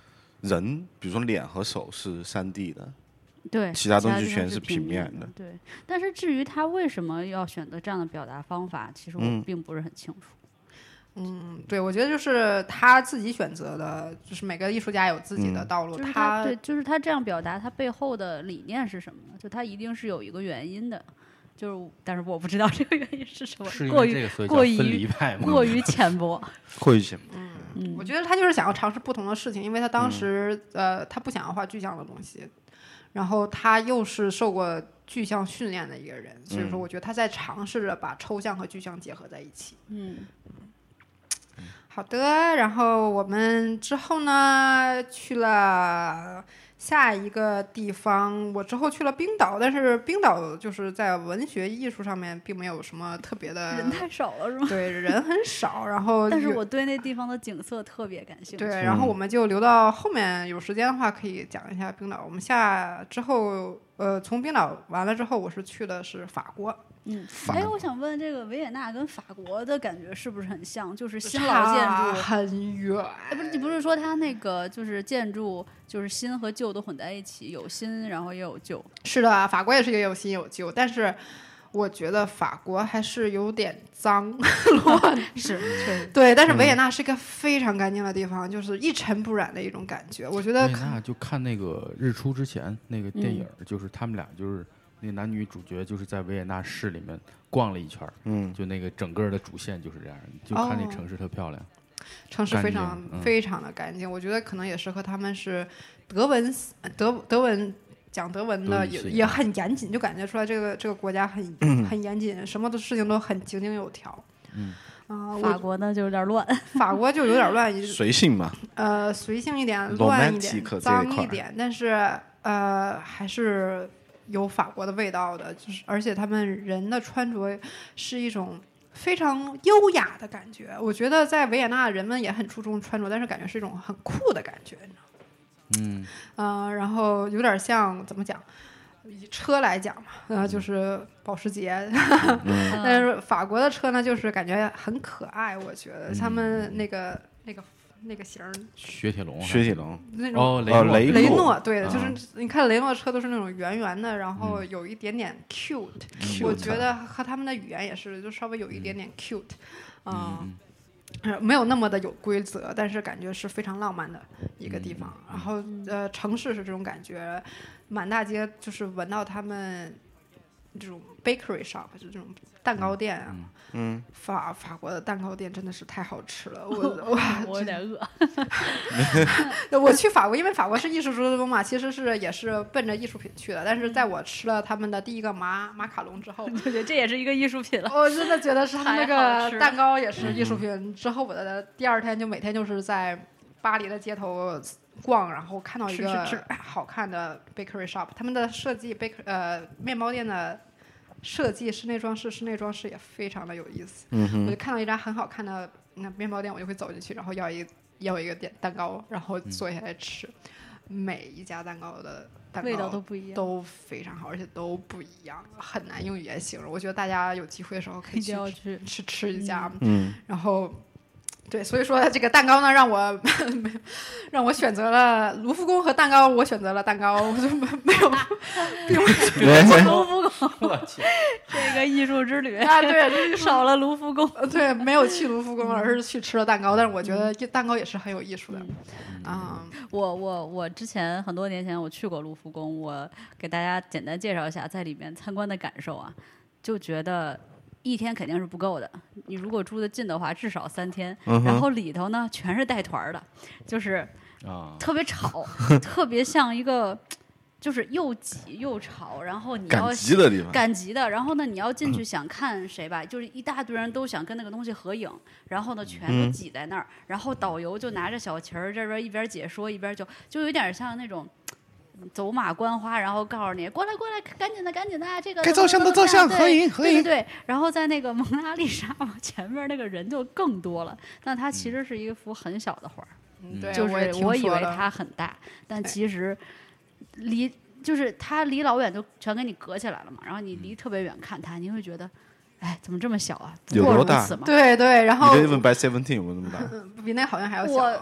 人，比如说脸和手是三 D 的， 对， 其他东西地方全是平面面的。 对，但是至于他为什么要选择这样的表达方法，其实我嗯并不是很清楚。 嗯，对，我觉得就是他自己选择的，就是每个艺术家有自己的嗯道路。 就是他对，就是他这样表达，他背后的理念是什么呢？就他一定是有一个原因的，就是但是我不知道这个原因是什么， 是因过于为这个所以叫过于分离派吗？ 过于浅薄。 会些嗯， 我觉得他就是想要尝试不同的事情，因为他当时、 嗯、 呃，他不想要画具象的东西，然后他又是受过具象训练的一个人，所以说我觉得他在尝试着把抽象和具象结合在一起。 嗯， 好的，然后我们之后呢去了下一个地方，我之后去了冰岛，但是冰岛就是在文学艺术上面并没有什么特别的， 人太少了是吗？ 对，人很少，然后但是我对那地方的景色特别感兴趣。 对，然后我们就留到后面有时间的话可以讲一下冰岛。我们下之后，呃，从冰岛完了之后，我是去的是法国。 嗯，哎，我想问，这个维也纳跟法国的感觉是不是很像？就是新老建筑很远。 哎，不是，你不是说它那个就是建筑就是新和旧都混在一起，有新然后也有旧？ 是的，法国也是也有新有旧，但是我觉得法国还是有点脏乱。 是，确实。 对，但是维也纳是一个非常干净的地方，就是一尘不染的一种感觉。我觉得维也纳就看那个日出之前那个电影， 嗯、 就是他们俩就是那男女主角就是在维也纳市里面逛了一圈， 嗯， 就那个整个的主线就是这样，就看那城市特漂亮。 哦，城市非常、 嗯、 非常的干净，我觉得可能也是和他们是德文德德文讲德文的也也很严谨，就感觉出来这个这个国家很、嗯、很严谨，什么的事情都很井井有条。 嗯， 啊、呃， 法国呢就有点乱， 法国就有点乱， 随性嘛， 呃，随性一点，乱一点，脏一点，但是呃还是有法国的味道的，就是而且他们人的穿着是一种非常优雅的感觉。我觉得在维也纳人们也很注重穿着，但是感觉是一种很酷的感觉，你知道吗？ 嗯， 呃，然后有点像怎么讲？以车来讲嘛，呃，就是保时捷， 嗯、 但是法国的车呢，就是感觉很可爱。我觉得、嗯、他们那个那个那个型儿， 雪铁龙， 雪铁龙那种哦，雷诺， 雷雷诺，对的， 啊、 就是你看雷诺车都是那种圆圆的，然后有一点点 cute，、 嗯、 我觉得和他们的语言也是，就稍微有一点点 cute， 嗯。 嗯呃，没有那么的有规则，但是感觉是非常浪漫的一个地方。 嗯、 然后，呃，城市是这种感觉，满大街就是闻到他们这种 bakery shop， 就这种蛋糕店啊。 嗯， 法法国的蛋糕店真的是太好吃了，我我我有点饿。 我去法国，因为法国是艺术之都嘛，其实是也是奔着艺术品去的。但是在我吃了他们的第一个马马卡龙之后， 我觉得这也是一个艺术品了。 我真的觉得是他们那个蛋糕也是艺术品。之后我的第二天就每天就是在巴黎的街头逛，然后看到一个好看的 bakery shop， 他们的设计 baker 呃面包店的设计室内装饰室内装饰也非常的有意思。 嗯、 我就看到一家很好看的那面包店，我就会走进去，然后要一要一个点蛋糕，然后坐下来吃。嗯、每一家蛋糕的蛋糕味道都不一样， 都非常好，而且都不一样，很难用语言形容。我觉得大家有机会的时候可以去去去吃一下。 嗯， 然后。对，所以说这个蛋糕呢，让我让我选择了卢浮宫和蛋糕，我选择了蛋糕，我就没没有，并没有卢浮宫，这个艺术之旅啊，对， 少了卢浮宫， 对，没有去卢浮宫，而是去吃了蛋糕。但是我觉得蛋糕也是很有艺术的，啊、嗯嗯。我我我之前很多年前我去过卢浮宫，我给大家简单介绍一下在里面参观的感受啊，就觉得。一天肯定是不够的，你如果住得近的话，至少三天。 嗯、 然后里头呢，全是带团的，就是特别吵，啊、特别像一个，就是又挤又吵。然后你要赶集的地方， 赶集的。然后呢，你要进去想看谁吧，就是一大堆人都想跟那个东西合影，然后呢，全都挤在那儿。嗯、然后导游就拿着小旗儿，这边一边解说一边就就有点像那种。走马观花，然后告诉你过来过来，赶紧的赶紧的，这个该照相的照相，合影合影。 对对对，然后在那个蒙娜丽莎嘛，前面那个人就更多了，但它其实是一幅很小的画， 嗯、对， 就是我, 我以为它很大，但其实离就是它离老远就全给你隔起来了嘛，然后你离特别远看它，你会觉得。哎，怎么这么小啊？ 有多大？ 嘛对对，然后 eleven by seventeen， 我这么大， 比那好像还要小。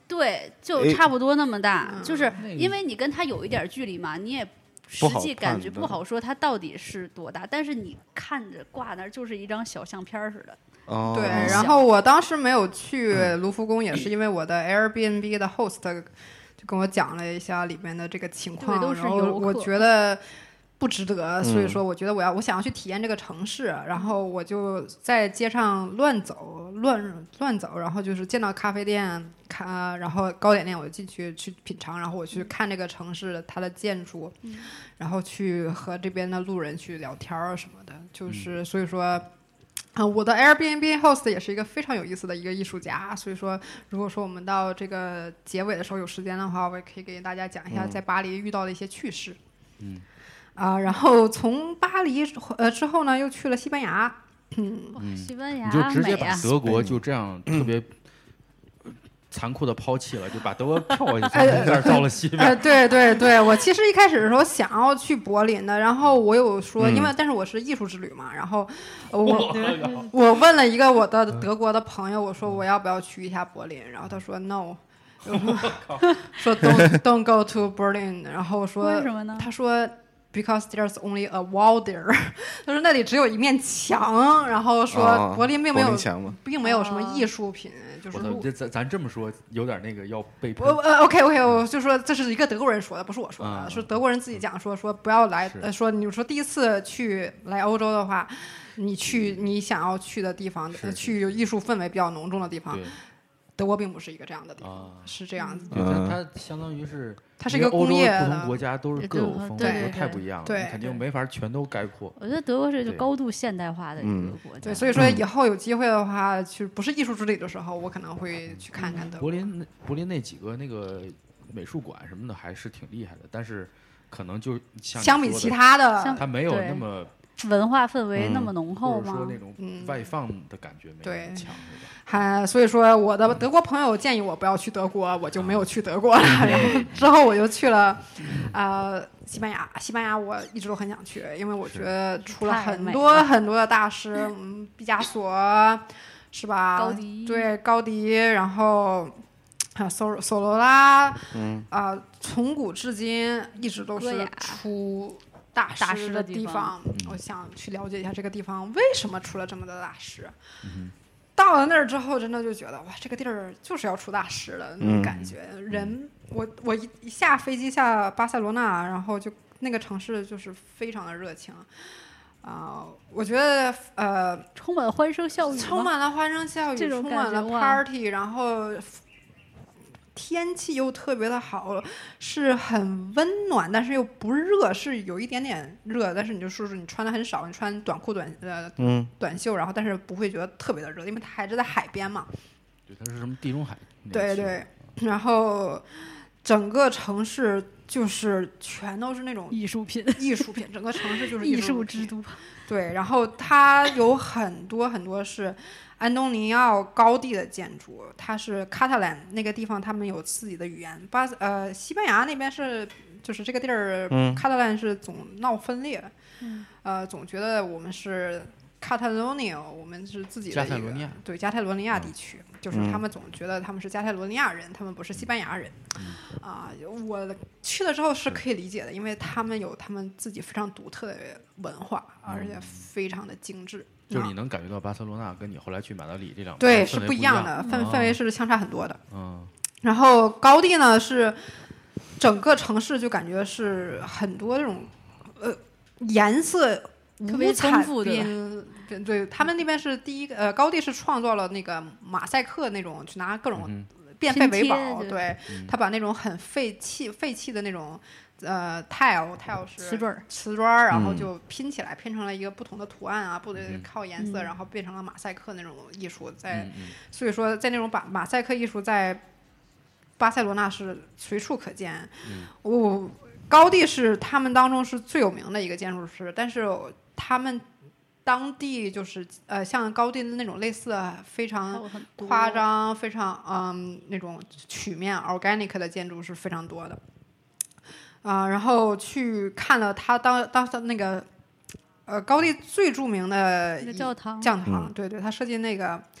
对，就差不多那么大， 嗯、 就是因为你跟它有一点距离嘛，你也实际感觉不好说它到底是多大，但是你看着挂那儿就是一张小相片似的。 哦、 对，然后我当时没有去卢浮宫，也是因为我的 Airbnb 的 host 就跟我讲了一下里面的这个情况， 都是然后我觉得不值得，所以说我觉得我要我想要去体验这个城市，然后我就在街上乱走乱乱走，然后就是见到咖啡店看，然后糕点店我就进去去品尝，然后我去看这个城市它的建筑， 嗯、 然后去和这边的路人去聊天什么的，就是所以说。啊、我的 Airbnb host 也是一个非常有意思的一个艺术家，所以说如果说我们到这个结尾的时候有时间的话，我也可以给大家讲一下在巴黎遇到的一些趣事。 嗯， 啊、呃，然后从巴黎呃之后呢，又去了西班牙。 嗯，西班牙你就直接把德国美啊就这样特别残酷的抛弃了，就把德国票就从这儿到了西边。 呃，对对对，我其实一开始的时候想要去柏林的，然后我有说， 嗯、 因为但是我是艺术之旅嘛，然后我我问了一个我的德国的朋友，我说我要不要去一下柏林，然后他说 no， 说 don't don't go to Berlin， 然后我说为什么呢？ 他说。Because there's only a wall there， 他说那里只有一面墙，然后说柏林并没有， 哦、 并没有什么艺术品， 哦、 就是这咱咱这么说有点那个要被喷。 我呃 OK OK， 我就说这是一个德国人说的，不是我说的，嗯、是德国人自己讲说说不要来，呃，说你说第一次去来欧洲的话，你去你想要去的地方，去艺术氛围比较浓重的地方。德国并不是一个这样的地方，啊、是这样子的。 对，它它相当于是， 它是一个工业的， 不同国家都是各有风格，太不一样了， 对， 肯定没法全都概括。 我觉得德国是就高度现代化的一个国家， 对，所以说以后有机会的话，去不是艺术之旅的时候，我可能会去看看德国。柏林柏林那几个那个美术馆什么的还是挺厉害的，但是可能就像相比其他的， 它没有那么。 文化氛围那么浓厚吗？ 或者说那种外放的感觉没有那么强， 对吧？还所以说，我的德国朋友建议我不要去德国，我就没有去德国了。然后之后我就去了，呃，西班牙。西班牙我一直都很想去，因为我觉得出了很多很多的大师，嗯，毕加索是吧？ 高迪对高迪，然后啊，索索罗拉， 嗯啊、呃，从古至今一直都是出。大师的地方， 嗯、 我想去了解一下这个地方为什么出了这么多大师。 嗯、 到了那儿之后，真的就觉得哇，这个地儿就是要出大师的那种感觉。 嗯、 人，我我一一下飞机下巴塞罗那，然后就那个城市就是非常的热情啊、呃，我觉得呃， 充满欢声笑语， 充满了欢声笑语，充满了 party， 然后。天气又特别的好，是很温暖，但是又不热，是有一点点热，但是你就说是你穿的很少，你穿短裤短呃、 嗯、 短袖，然后但是不会觉得特别的热，因为它还是在海边嘛。 对，它是什么地中海？ 对对，然后整个城市就是全都是那种艺术品， 艺术品，整个城市就是艺术之都。 对，然后它有很多很多是。安东尼奥高地的建筑，它是卡塔兰那个地方，他们有自己的语言。巴呃，西班牙那边是，就是这个地儿， 嗯、 卡塔兰是总闹分裂， 嗯、 呃，总觉得我们是卡塔罗尼亚，我们是自己的加泰罗尼亚， 对加泰罗尼亚地区，嗯、就是他们总觉得他们是加泰罗尼亚人，他们不是西班牙人。啊、 嗯呃，我去了之后是可以理解的，因为他们有他们自己非常独特的文化，而且非常的精致。 就是你能感觉到巴塞罗那跟你后来去马德里这两对是不一样的，氛氛围是相差很多的。 嗯， 然后高地呢是整个城市就感觉是很多这种呃颜色五彩缤纷，对他们那边是第一个呃高地是创造了那个马赛克那种，去拿各种变废为宝，对、 嗯、 他把那种很废弃废弃的那种。呃 ，tile tile 是瓷砖， 瓷砖，然后就拼起来，拼成了一个不同的图案啊，不得靠颜色， 嗯、 然后变成了马赛克那种艺术。在， 嗯嗯、 所以说，在那种把马赛克艺术在巴塞罗那是随处可见。 嗯、 我高地是他们当中是最有名的一个建筑师，但是他们当地就是呃，像高地的那种类似非常夸张、非常嗯那种曲面 organic 的建筑是非常多的。啊、呃，然后去看了他当当时那个，呃，高地最著名的教堂， 教堂，对对，他设计那个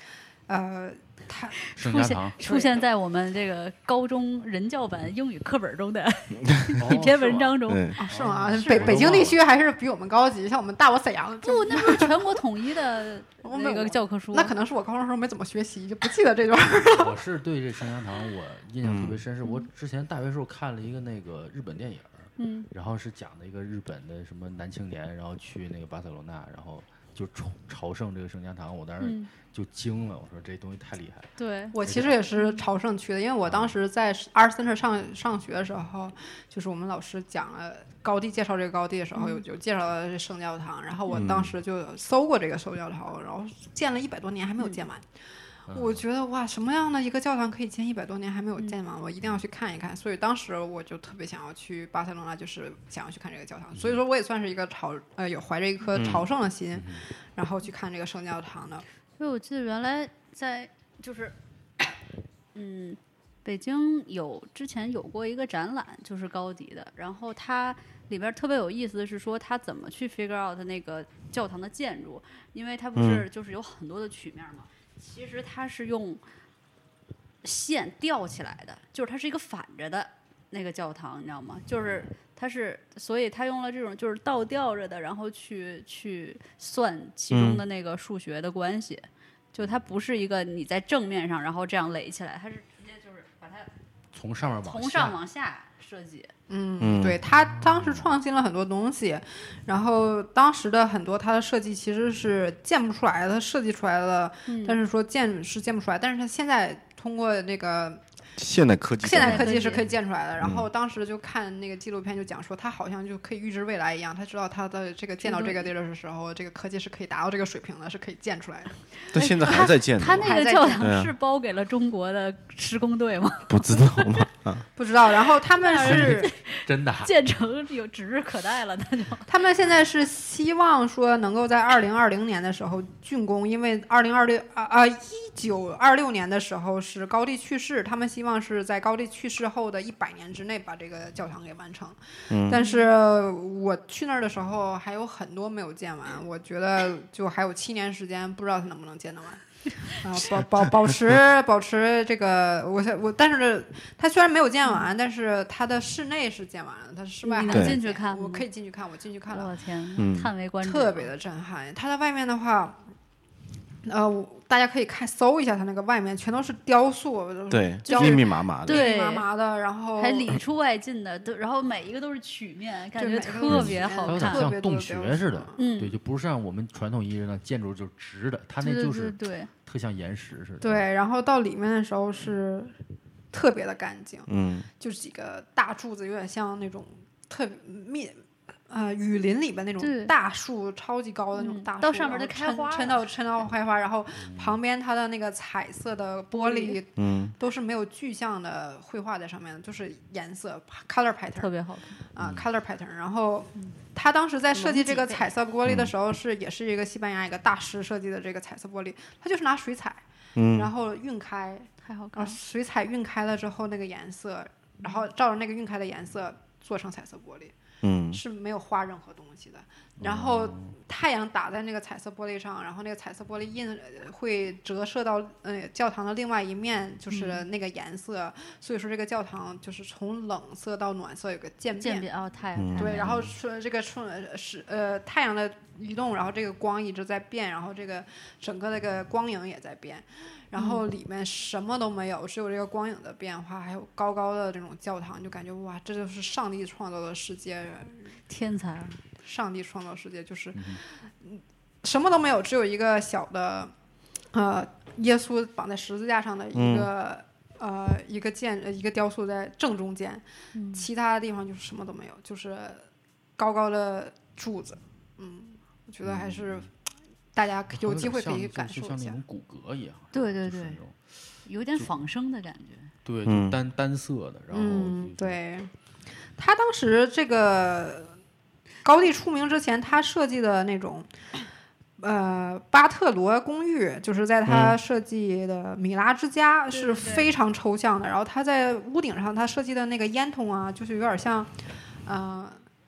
呃，它出现圣家堂出现在我们这个高中人教版英语课本中的哦一篇文章中。 对， 啊是吗？ 是北北京地我都忘了区还是比我们高级，像我们大我沈阳就不，那不是全国统一的我们那个教科书。 那可能是我高中时候没怎么学习，就不记得这段。 我是对这圣家堂我印象特别深，是我之前大学时候看了一个那个日本电影， 嗯， 然后是讲的一个日本的什么男青年，然后去那个巴塞罗那，然后就朝朝圣这个圣家堂，我当时嗯就惊了，我说这东西太厉害了。 对， 我其实也是朝圣去的，因为我当时在 Art Center 上上学的时候，就是我们老师讲了高地，介绍这个高地的时候，有有介绍了这圣教堂，然后我当时就搜过这个圣教堂，然后建了一百多年还没有建完。我觉得哇，什么样的一个教堂可以建一百多年还没有建完？我一定要去看一看。所以当时我就特别想要去巴塞罗那，就是想要去看这个教堂。所以说我也算是一个朝呃有怀着一颗朝圣的心，然后去看这个圣教堂的。 所以我记得原来在就是，嗯，北京有之前有过一个展览，就是高迪的，然后它里边特别有意思的是说他怎么去 figure out 那个教堂的建筑，因为它不是就是有很多的曲面嘛，其实它是用线吊起来的，就是它是一个反着的那个教堂，你知道吗？就是它是，所以他用了这种就是倒吊着的，然后去去算其中的那个数学的关系。嗯，就它不是一个你在正面上然后这样垒起来，它是直接就是把它从上面往从上往下设计。 嗯，对，他当时创新了很多东西，然后当时的很多他的设计其实是建不出来的，他设计出来了， 嗯， 但是说建是建不出来，但是他现在通过那个现代科技， 现代科技技是可以建出来的。然后当时就看那个纪录片，就讲说他好像就可以预知未来一样，他知道他的这个建到这个地儿的时候，这个科技是可以达到这个水平的，是可以建出来的。 但现在还在建呢， 他那个教对啊堂是包给了中国的施工队吗？ 不知道吗？ 不知道。然后他们是真的啊建成有指日可待了，那就他们现在是希望说能够在二零二零年的时候竣工，因为二零二六啊啊一九二六年的时候是高第去世，他们希望是在高第去世后的一百年之内把这个教堂给完成。 嗯， 但是我去那儿的时候还有很多没有建完，我觉得就还有七年时间，不知道它能不能建得完。啊，保保保持保持这个，我我但是它虽然没有建完，但是它的室内是建完了，它室外还你没能进去看吗？ 我可以进去看，我进去看了。 我天， 嗯叹为观止， 特别的震撼。它的外面的话，呃，我大家可以看搜一下它那个外面，全都是雕塑， 对， 雕密密麻麻的， 对密麻麻的，然后还里出外进的，都然后每一个都是曲面，感觉对每个特都是曲面别好它有点看。 特别多像洞的雕穴似的塑， 嗯， 对，就不是像我们传统意义上的建筑就是直的，它那对对就是对对， 特像岩石似的。 对，然后到里面的时候是特别的干净， 嗯， 就是几个大柱子，有点像那种特别密。呃，雨林里边那对种大树，超级高的那种嗯大树， 到上面然后就开花抻抻到抻到开花，然后旁边它的那个彩色的玻璃嗯， 都是没有具象的绘画在上面的，就是颜色 color pattern 特别好看。 啊、color pattern。然后他当时在设计这个龙脊背彩色玻璃的时候，是也是一个西班牙一个大师设计的这个彩色玻璃，他就是拿水彩， 嗯， 然后晕开，然后太好看了， 水彩晕开了之后那个颜色，然后照着那个晕开的颜色做成彩色玻璃。 嗯， 是没有画任何东西的。然后太阳打在那个彩色玻璃上，然后那个彩色玻璃印呃会折射到呃教堂的另外一面，就是那个颜色。所以说这个教堂就是从冷色到暖色有个渐变。 渐变哦，太嗯对， 太美了然后是这个春是呃太阳的移动，然后这个光一直在变，然后这个整个那个光影也在变，然后里面什么都没有，只有这个光影的变化，还有高高的这种教堂，就感觉哇，这就是上帝创造的世界， 天才啊， 上帝创造世界就是、嗯、什么都没有，只有一个小的呃耶稣绑在十字架上的一个、嗯、呃一个建一个雕塑在正中间、嗯，其他的地方就是什么都没有，就是高高的柱子。嗯，我觉得还是大家有机会可以感受一下， 就像那种骨骼一样。 对对对就是那种有点仿生的感觉。 对， 嗯就单单色的，然后嗯就， 对，他当时这个高第出名之前，他设计的那种。呃，巴特罗公寓就是在他设计的米拉之家、 嗯、 是非常抽象的。然后他在屋顶上他设计的那个烟囱啊，就是有点像，呃，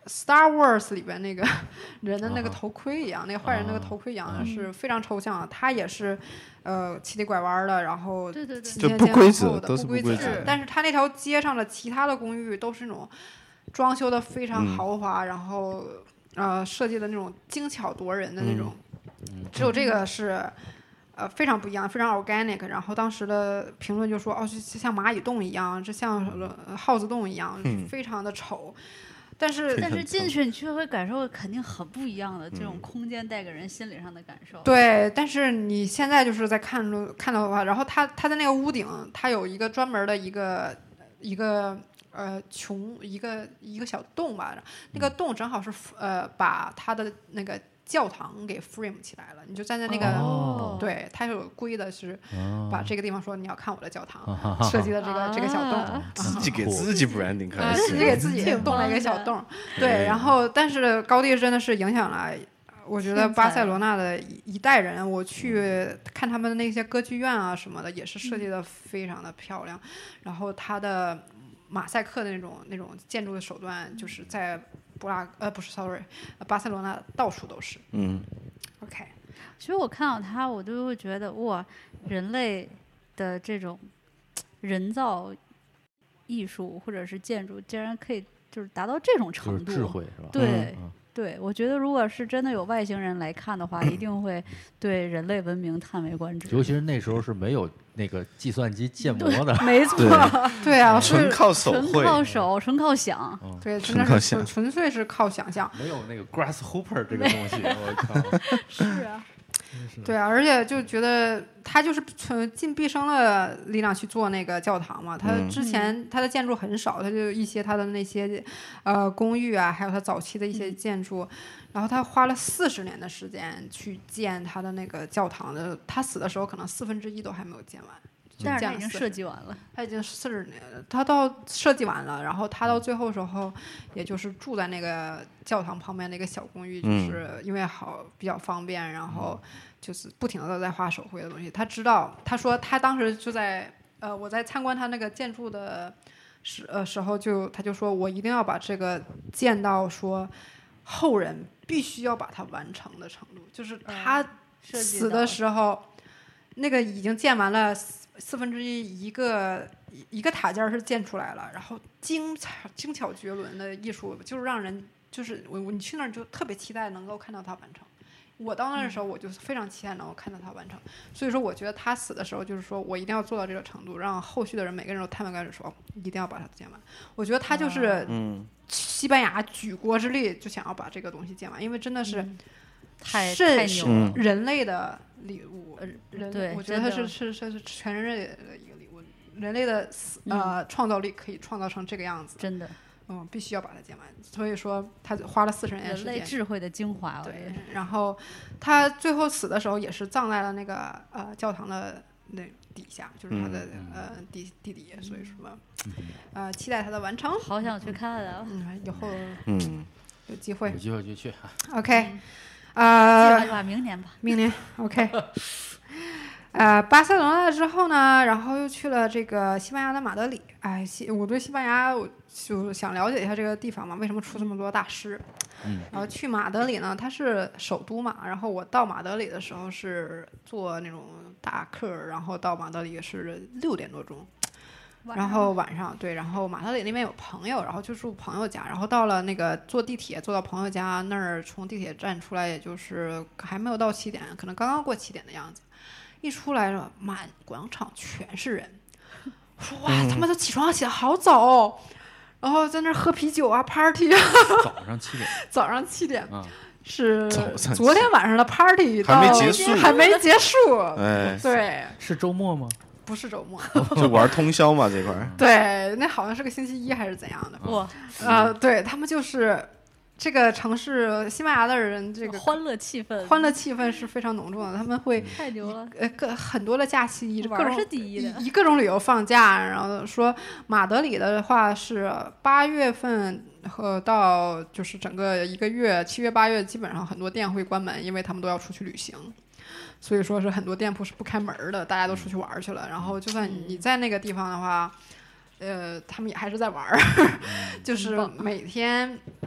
Star Wars 里边那个人的那个头盔一样，那个坏人那个头盔一样，是非常抽象的。它也是，呃，七里拐弯的，然后对对对， 就不规则，都是不规则。但是它那条街上的其他的公寓都是那种装修的非常豪华，然后呃设计的那种精巧夺人的那种，只有这个是。呃，非常不一样，非常 organic。然后当时的评论就说，哦，这像蚂蚁洞一样，这像耗子洞一样， 嗯、 非常的丑。但是但是进去你却会感受肯定很不一样的、嗯、这种空间带给人心理上的感受。 对，但是你现在就是在看看到的话，然后它它的那个屋顶，它有一个专门的一个一个呃穹一个一个小洞吧，那个洞正好是呃把它的那个。教堂给 frame 起来了，你就站在那个， 哦、 对，他有规的是把这个地方说你要看我的教堂，哦、设计的这个、啊、这个小洞， 自己给自己 branding 开始，自己给自己动了一个小洞，对，然后但是高地真的是影响了，我觉得巴塞罗那的一代人，我去看他们的那些歌剧院啊什么的，也是设计的非常的漂亮，然后它的马赛克的那种那种建筑的手段，就是在。布拉呃不是 sorry， 巴塞罗那到处都是。 嗯 ，OK。 其实我看到它，我就会觉得哇，人类的这种人造艺术或者是建筑，竟然可以就是达到这种程度， 就是智慧是吧？ 对。 嗯对，我觉得如果是真的有外星人来看的话，一定会对人类文明叹为观止。 尤其是那时候是没有那个计算机建模的， 没错， 对啊， 纯靠手纯靠手，纯靠想， 嗯、对，真的是纯粹是靠想象。 没有那个 grasshopper 这个东西，我靠， 是啊。 对啊，而且就觉得他就是尽毕生的力量去做那个教堂嘛。他之前他的建筑很少，他就一些他的那些呃公寓啊，还有他早期的一些建筑，然后他花了四十年的时间去建他的那个教堂的。他死的时候可能四分之一都还没有建完。 但是他已经设计完了， 他已经四十年了，他到设计完了，然后他到最后时候，也就是住在那个教堂旁边那个小公寓，就是因为好比较方便，然后就是不停的在画手绘的东西。他知道，他说他当时就在呃，我在参观他那个建筑的时呃时候就，他就说我一定要把这个建到说后人必须要把它完成的程度，就是他死的时候，那个已经建完了。四分之一一个一个塔尖是建出来了，然后精巧精巧绝伦的艺术，就是让人就是我你去那儿就特别期待能够看到它完成。我到那儿的时候，我就非常期待能够看到它完成。所以说，我觉得他死的时候，就是说我一定要做到这个程度，让后续的人每个人都叹为观止，说一定要把它建完。我觉得他就是西班牙举国之力就想要把这个东西建完，因为真的是太太牛了， 人类的礼物。人对， 我觉得是是是是全人类的一个礼物，人类的呃、嗯、创造力可以创造成这个样子， 真的， 嗯，必须要把它建完。所以说他花了四十年时间， 人类智慧的精华。 对，然后他最后死的时候也是葬在了那个呃教堂的那底下，就是他的、嗯、呃地地底，所以说呃期待他的完成。 好想去看啊！ 嗯，以后嗯有机会有机会就去。 OK。呃， 吧，明年吧， 明年 OK。呃，巴塞罗那之后呢，然后又去了这个西班牙的马德里。哎，西我对西班牙我就想了解一下这个地方嘛，为什么出这么多大师？ 嗯， 然后去马德里呢，它是首都嘛。然后我到马德里的时候是坐那种大客，然后到马德里是六点多钟。然后晚上对，然后马德里那边有朋友，然后就住朋友家，然后到了那个坐地铁坐到朋友家那儿，从地铁站出来，也就是还没有到七点，可能刚刚过七点的样子。一出来了，满广场全是人。我说哇，他们都起床起得好早哦，然后在那儿喝啤酒啊 ，party 啊。 早上七点。 早上七点。 啊。 是昨天晚上的 party 还没结束， 还没结束。 哎， 对。 是周末吗？ 不是周末， 就玩通宵嘛这块儿。 对，那好像是个星期一还是怎样的。 哇， 呃，对他们就是这个城市，西班牙的人这个欢乐气氛， 欢乐气氛是非常浓重的。他们会太牛了， 呃，各很多的假期，各种是第一的， 以各种理由放假。然后说马德里的话是八月份和到就是整个一个月，七月八月基本上很多店会关门，因为他们都要出去旅行。所以说是很多店铺是不开门的，大家都出去玩去了。然后就算你在那个地方的话，呃，他们也还是在玩，就是每天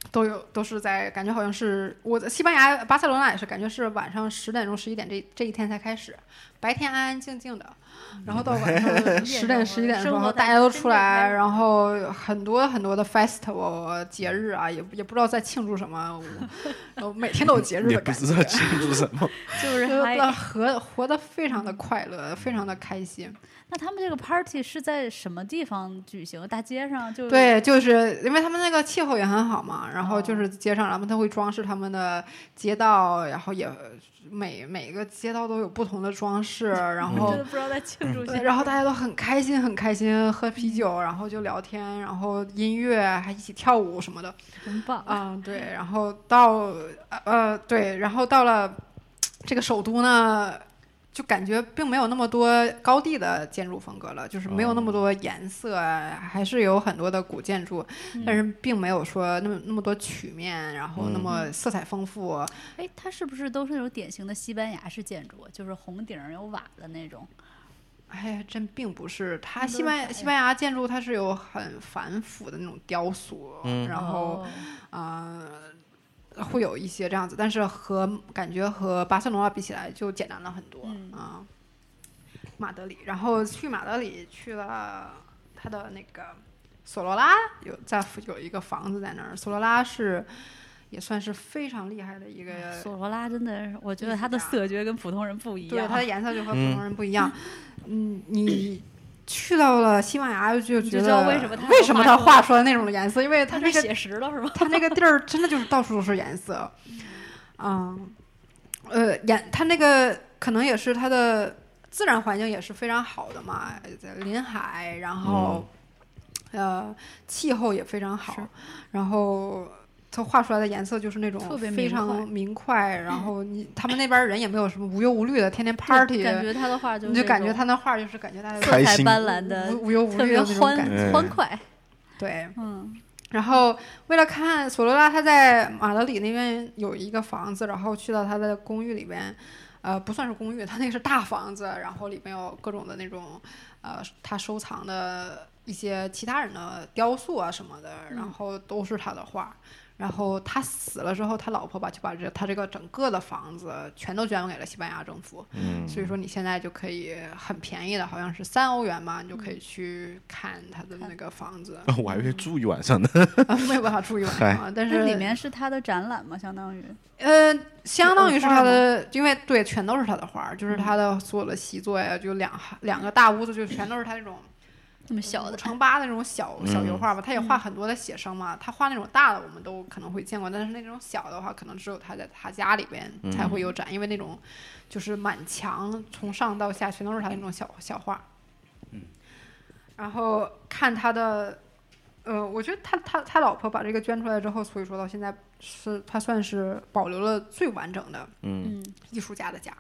都有都是在感觉好像是我在西班牙巴塞罗那也是感觉是晚上十点钟十一点这这一天才开始，白天安安静静的，然后到晚上十点十一点的时候大家都出来，然后很多很多的 festival 节日啊，也也不知道在庆祝什么，我每天都有节日的感觉， 也不知道庆祝什么， 就是活活得非常的快乐，非常的开心。 那他们这个 party 是在什么地方举行？大街上就？ 对，就是因为他们那个气候也很好嘛，然后就是街上，然后他会装饰他们的街道，然后也每每个街道都有不同的装饰，然后真的不知道在庆祝什么。 然后大家都很开心，很开心，喝啤酒，然后就聊天，然后音乐还一起跳舞什么的， 很棒啊、嗯！对，然后到呃对，然后到了这个首都呢。就感觉并没有那么多高地的建筑风格了，就是没有那么多颜色，哦、还是有很多的古建筑，嗯、但是并没有说那么那么多曲面，然后那么色彩丰富。 哎、嗯，它是不是都是那种典型的西班牙式建筑，就是红顶有瓦的那种？ 哎，真并不是，它西班西班牙建筑它是有很繁复的那种雕塑，嗯、然后，啊、呃。会有一些这样子，但是和感觉和巴塞罗那比起来就简单了很多、嗯、啊。马德里，然后去马德里去了他的那个索罗拉，有在有一个房子在那儿。索罗拉是也算是非常厉害的一个。 索罗拉真的，我觉得他的色觉跟普通人不一样。 对，他的颜色就和普通人不一样。嗯，你。去到了西班牙就觉得为什么他为什么他画出来那种颜色，因为他那个写实了是吗？ 他那个地儿真的就是到处都是颜色，嗯，呃，颜他那个可能也是他的自然环境也是非常好的嘛，在临海，然后、嗯、呃气候也非常好，然后。他画出来的颜色就是那种非常明快，然后你他们那边人也没有什么无忧无虑的，天天 party， 感觉他的画就是你就感觉他那画就是感觉大家色彩斑斓的， 无忧无虑的那种感觉，欢快。 对， 嗯。 然后为了看索罗拉，他在马德里那边有一个房子，然后去到他的公寓里边，呃，不算是公寓，他那个是大房子，然后里面有各种的那种，呃，他收藏的一些其他人的雕塑啊什么的，然后都是他的画。然后他死了之后，他老婆吧就把这他这个整个的房子全都捐给了西班牙政府。嗯，所以说你现在就可以很便宜的，好像是三欧元嘛，你就可以去看他的那个房子。 哦、我还以为住一晚上呢。 啊，没有办法住一晚上，但是里面是他的展览吗？相当于？ 呃，相当于是他的，因为对，全都是他的画，就是他的所有的习作呀，就两两个大屋子，就全都是他那种。 那么小的五乘八那种小小油画吧，他也画很多的写生嘛。他画那种大的我们都可能会见过，但是那种小的话，可能只有他在他家里边才会有展，因为那种就是满墙从上到下全都是他那种小小画。嗯，然后看他的，呃，我觉得他他他老婆把这个捐出来之后，所以说到现在是他算是保留了最完整的嗯艺术家的家。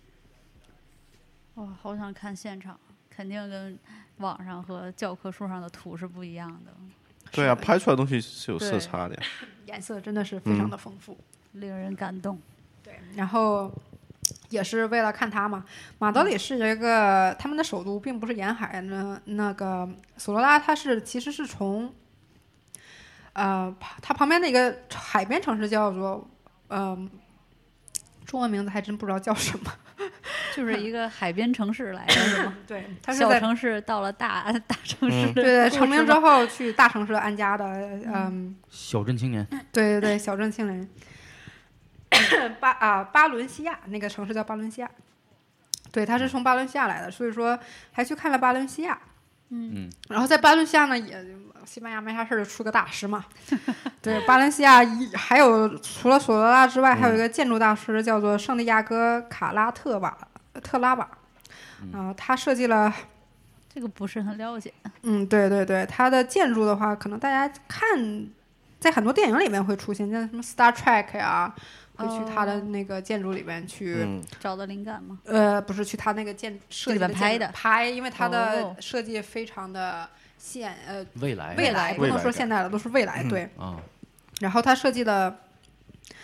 哇，好想看现场，肯定跟网上和教科书上的图是不一样的。 对啊，拍出来的东西是有色差的呀， 颜色真的是非常的丰富、 嗯、令人感动。 对，然后也是为了看它嘛。马德里是一个、嗯、他们的首都，并不是沿海呢。那个索罗拉它是其实是从呃它旁边的一个海边城市叫做嗯、呃、中文名字还真不知道叫什么。 就是一个海边城市来的是吗？ 对，它是在小城市到了大大城市的、嗯， 对对，成名之后去大城市安家的，嗯， 小镇青年， 对对对，小镇青年。巴啊，巴伦西亚那个城市叫巴伦西亚，对，他是从巴伦西亚来的，所以说还去看了巴伦西亚。嗯，然后在巴伦西亚呢，也西班牙没啥事就出个大师嘛。对，巴伦西亚还有除了索罗拉之外，还有一个建筑大师叫做圣地亚哥卡拉特瓦特拉瓦，然后他设计了。 这个不是很了解。 嗯，对对对，他的建筑的话，可能大家看在很多电影里面会出现，像什么 Star Trek 呀。会去他的那个建筑里面去、 嗯、找到灵感吗？ 呃，不是去他那个建设计的拍的拍，因为他的设计非常的现呃未来未来不能说现代了，都是未来、嗯、对、 嗯、 然后他设计的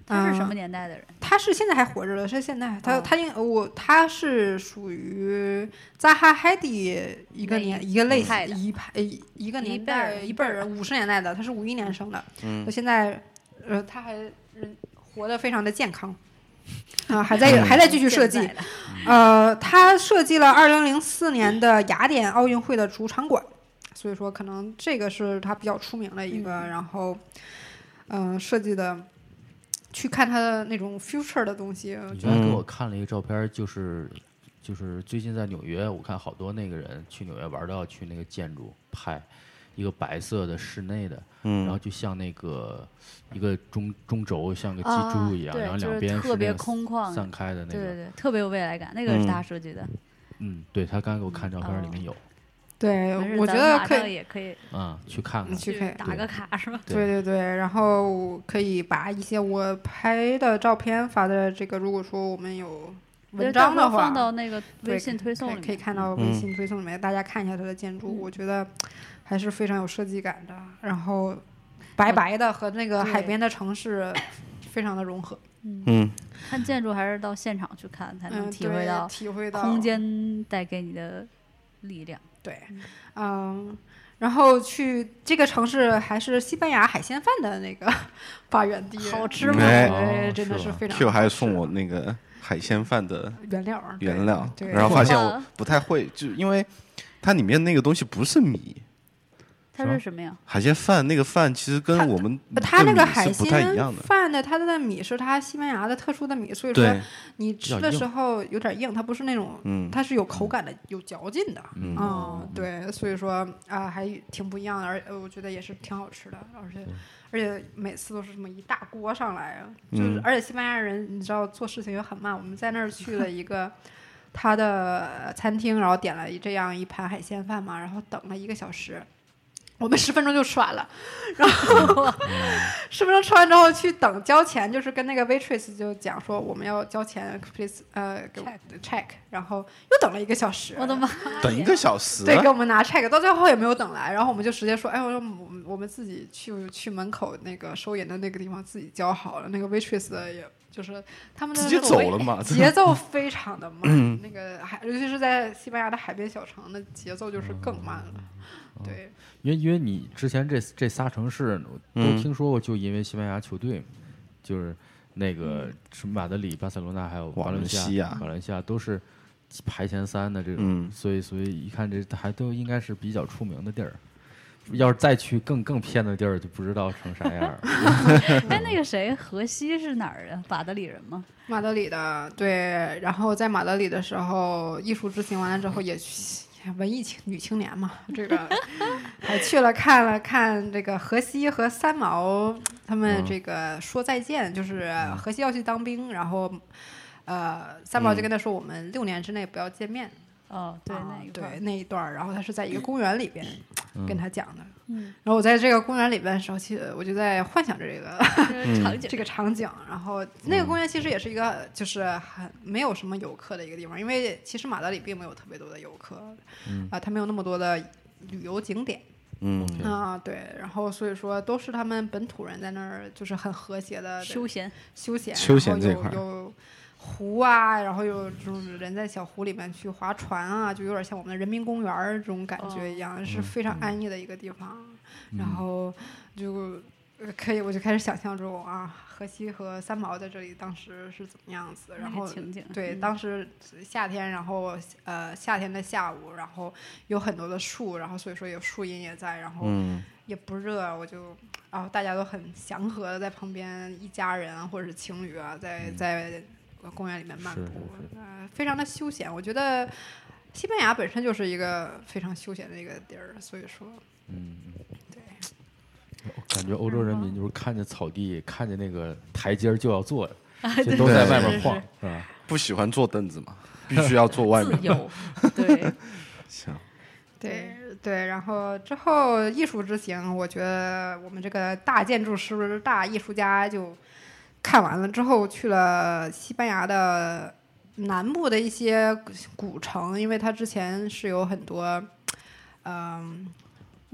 他是什么年代的人？ 嗯、他是现在还活着的，是现在他、 哦、 他应我他是属于扎哈海蒂一个年一个类型一派一个年代一辈人五十年代的，他是五一年生的，嗯，现在呃他还人活得非常的健康。啊、呃，还在还在继续设计，呃，他设计了二零零四年的雅典奥运会的主场馆，所以说可能这个是他比较出名的一个，嗯、然后，嗯、呃，设计的，去看他的那种 future 的东西。 你刚才给我看了一个照片，就是就是最近在纽约，我看好多那个人去纽约玩都要去那个建筑拍。一个白色的室内的，嗯，然后就像那个一个中中轴，像个鸡猪一样， 啊、 然后两边是特别空旷散开的那个， 对对对，特别有未来感，那个是他设计的。 嗯，对他刚刚给我看照片，里面有。嗯、 对，我觉得可以也可以， 嗯，去看看， 去看打个卡是吧？ 对对对，然后可以把一些我拍的照片发在这个，如果说我们有。文章的话放到那个微信推送里面， 可以看到微信推送里面，嗯、大家看一下它的建筑， 嗯、 我觉得还是非常有设计感的。然后白白的和那个海边的城市非常的融合。 嗯，看建筑还是到现场去看才能体会到体会到空间带给你的力量。 对，嗯。然后去这个城市还是西班牙海鲜饭的那个发源地， 好吃吗？ 对，真的是非常好吃。 Q 还送我那个海鲜饭的原料， 原料，然后发现我不太会，就因为它里面那个东西不是米， 它是什么呀？ 海鲜饭那个饭其实跟我们它那个海鲜饭的，它的米是它西班牙的特殊的米，所以说你吃的时候有点硬，它不是那种，嗯、它是有口感的，有嚼劲的，嗯，嗯对，所以说啊、呃、还挺不一样的，而我觉得也是挺好吃的，而且而且每次都是这么一大锅上来，就是、嗯、而且西班牙人你知道做事情也很慢，我们在那儿去了一个他的餐厅，然后点了这样一盘海鲜饭嘛，然后等了一个小时。我们十分钟就吃完了，然后十分钟吃完之后去等交钱，就是跟那个 waitress 就讲说我们要交钱 ，please 呃给 check， 然后又等了一个小时。 我的妈！ 等一个小时？ 对，给我们拿 check， 到最后也没有等来，然后我们就直接说，哎，我说我们我们自己去去门口那个收银的那个地方自己交好了，那个 waitress 也。就是他们的直接走了嘛， 节奏非常的慢，嗯、那个海，尤其是在西班牙的海边小城，那节奏就是更慢了。嗯、对， 因为因为你之前这这仨城市都听说过，就因为西班牙球队，嗯、就是那个什么马德里、巴塞罗那还有瓦伦西亚，瓦伦西亚都是排前三的这种，嗯、所以所以一看这还都应该是比较出名的地儿。要是再去更更偏的地儿，就不知道成啥样了。 哎，那个谁，荷西是哪儿的？马德里人吗？ 马德里的，对。然后在马德里的时候，艺术之行完了之后，也去文艺青女青年嘛，这个还去了看了看这个荷西和三毛他们这个说再见，嗯、就是荷西要去当兵，然后呃，三毛就跟他说，我们六年之内不要见面。 哦，对，那一对那一段，然后他是在一个公园里边跟他讲的。 嗯， 然后我在这个公园里边的时候，其实我就在幻想着这个场景， 这个场景。然后那个公园其实也是一个，就是很没有什么游客的一个地方，因为其实马德里并没有特别多的游客， 嗯啊，它没有那么多的旅游景点。 嗯啊，对，然后所以说都是他们本土人在那儿，就是很和谐的休闲休闲休闲这块有湖啊，然后有这种人在小湖里面去划船啊，就有点像我们的人民公园这种感觉一样，哦、是非常安逸的一个地方。 嗯、 然后就可以，我就开始想象中啊，荷西和三毛在这里当时是怎么样子。然后情景对， 嗯、 当时夏天，然后呃夏天的下午，然后有很多的树，然后所以说有树荫也在，然后也不热，我就然后大家都很祥和的在旁边，一家人或者是情侣啊，在在。公园里面漫步，呃，非常的休闲。我觉得西班牙本身就是一个非常休闲的一个地儿，所以说， 嗯， 对。 我感觉欧洲人民就是看见草地，看见那个台阶就要坐，就都在外面晃，是吧？ 不喜欢坐凳子嘛，必须要坐外面。 自由，对。 行。 对对，然后之后艺术之行，我觉得我们这个大建筑师、大艺术家就。看完了之后，去了西班牙的南部的一些古城，因为它之前是有很多，嗯、呃，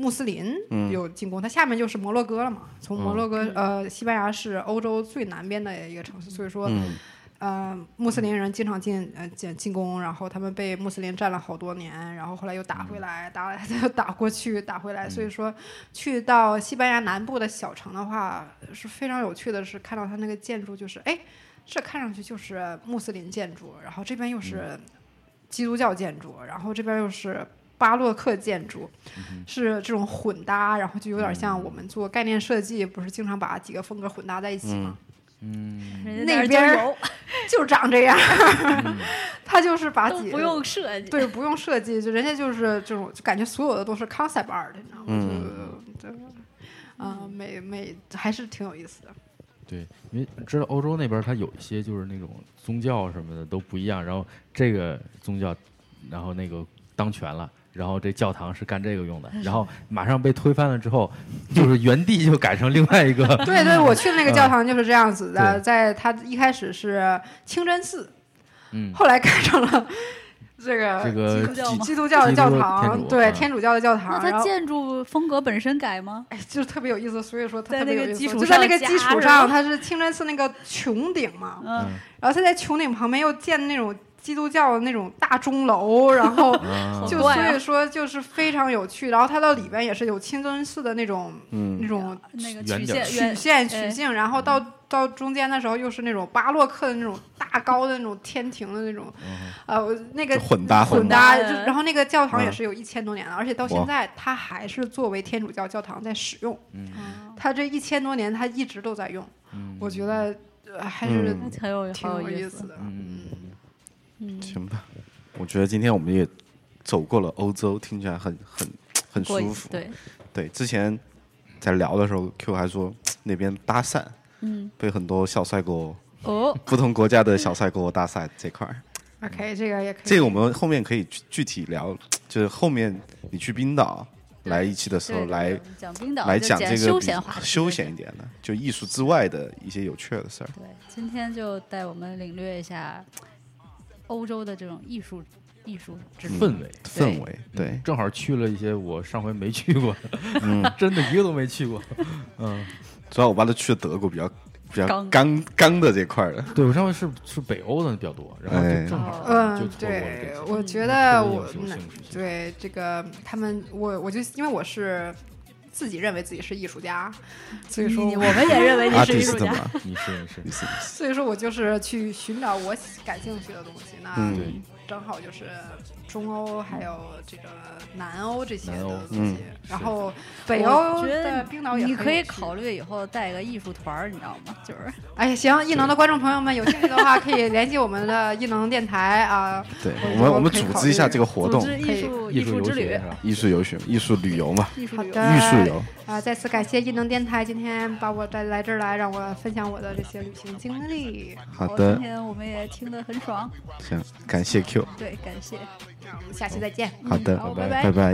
穆斯林有进攻，它下面就是摩洛哥了嘛。从摩洛哥，呃，西班牙是欧洲最南边的一个城市，所以说，呃，穆斯林人经常进呃进进攻，然后他们被穆斯林占了好多年，然后后来又打回来，打来又打过去，打回来。所以说，去到西班牙南部的小城的话，是非常有趣的是看到它那个建筑，就是哎，这看上去就是穆斯林建筑，然后这边又是基督教建筑，然后这边又是巴洛克建筑，是这种混搭，然后就有点像我们做概念设计，不是经常把几个风格混搭在一起吗？ 嗯， 那边就长这样，他就是把几不用设计， 对，不用设计，就人家就是这种，就感觉所有的都是 concept art， 你知道吗？ 嗯， 就就啊，每每还是挺有意思的。 对，因为知道欧洲那边它有一些就是那种宗教什么的都不一样，然后这个宗教，然后那个当权了。然后这教堂是干这个用的，然后马上被推翻了之后，就是原地就改成另外一个。 对对，我去的那个教堂就是这样子的，嗯、在它一开始是清真寺，嗯，后来改成了这个这个基督教的教堂，对，天主教的教堂。 那它建筑风格本身改吗？ 哎，就是特别有意思，所以说它特别有意思。 就在那个基础上，它是清真寺那个穹顶嘛，嗯，然后它在穹顶旁边又建那种基督教的那种大钟楼，然后就所以说就是非常有趣。然后它到里边也是有清真寺的那种、嗯、那种那个曲线曲线曲径，然后到到中间的时候又是那种巴洛克的那种大高的那种天庭的那种，呃，那个混搭混搭。然后那个教堂也是有一千多年了，而且到现在它还是作为天主教教堂在使用。它这一千多年它一直都在用，我觉得还是挺有挺有意思的。嗯。 行吧，我觉得今天我们也走过了欧洲，听起来很很很舒服。 对对，之前在聊的时候 ，Q 还说那边搭讪，嗯，被很多小帅哥哦，不同国家的小帅哥搭讪这块儿。 OK， 这个也可以。 这个我们后面可以具体聊，就是后面你去冰岛来一期的时候来讲冰岛， 来讲这个休闲话题， 休闲一点的，就艺术之外的一些有趣的事儿。 对，今天就带我们领略一下欧洲的这种艺术艺术氛围氛围，对， 正好去了一些我上回没去过的，嗯，真的一个都没去过，嗯， 主要我爸都去了德国，比较比较刚刚的这块的， 对我上回是是北欧的比较多，然后就正好就错过了这个。我觉得我对这个他们，我我就因为我是自己认为自己是艺术家，所以说我们也认为你是艺术家。 你是你是， 所以说我就是去寻找我感兴趣的东西。那嗯、 正好就是中欧还有这个南欧这些的东西，嗯、然后北欧的冰岛也你可以考虑以后带个艺术团，你知道吗？就是， 哎呀，行，艺能的观众朋友们有兴趣的话，可以联系我们的艺能电台啊。 对，我们我们组织一下这个活动， 艺术艺术之旅， 艺术游学，艺术旅游嘛。 好的， 艺术游啊！再次感谢艺能电台今天把我带来这儿来，让我分享我的这些旅行经历。 好的， 今天我们也听得很爽。 行，感谢 Q。 对，感谢。 那我们下期再见。 好的， 好， 拜拜拜。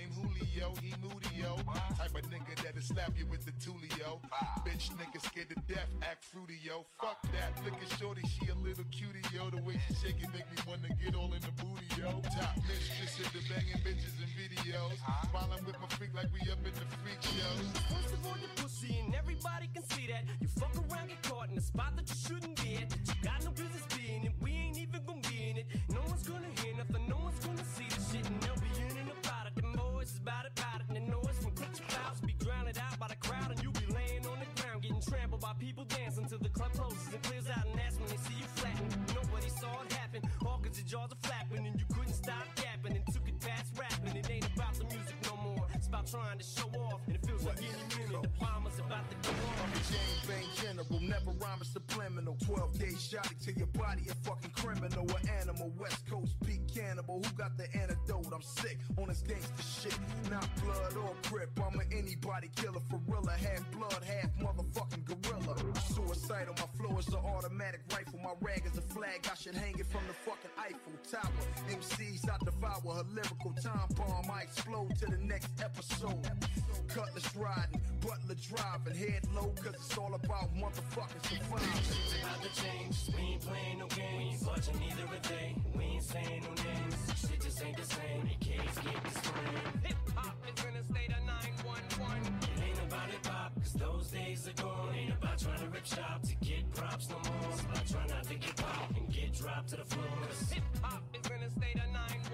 Bitch nigga scared to death, act fruity, yo. Fuck that, look at shorty, she a little cutie, yo. The way she shake it make me wanna get all in the booty, yo. Top mistress in the banging bitches and videos. While I'm with my freak like we up in the freak show. First of all, you pussy and everybody can see that. You fuck around, get caught in a spot that you shouldn't be at. You got no business being it, we ain't even gonna be in it. No one's gonna hear nothing, no one's gonna see the shit. And they'll be in and about it, them boys is about it, about it. And the noise from clutch clouds be drowned out by the crowd. And you be laying on the ground, getting trampled by people dancing till the club closes and clears out. And that's when they see you flatten. Nobody saw it happen, all cause your jaws are flapping. And you couldn't stop yapping and took it past rapping. It ain't about the music no more, it's about trying to show off. And it feels like any minute the bomber's about to go off. James Bang General, never rhyme a subliminal. twelve gauge shot to your body, a fucking criminal, an animal. West Coast peak cannibal, who got the antidote? I'm sick on this gangster shit, not blood or crip. I'm an anybody killer, for real, half blood, half motherfucking gorilla. Suicide right on my floor is an automatic rifle. My rag is a flag, I should hang it from the fucking Eiffel Tower. M Cs I devour, her lyrical time bomb. I explode to the next episode. Cutlass riding, butler driving, head low, cause it's all about motherfucking surviving. It's about to change, we ain't playing no games. We ain't budging neither a day, we ain't saying no names. Shit just ain't the same, the kids get disclaimed. Hip-hop is gonna stay the nine one one. It ain't about hip-hop, cause those days are gone. Ain't about trying to rip shop to get props no more. It's about trying not to get popped and get dropped to the floor. Hip-hop is gonna stay the nine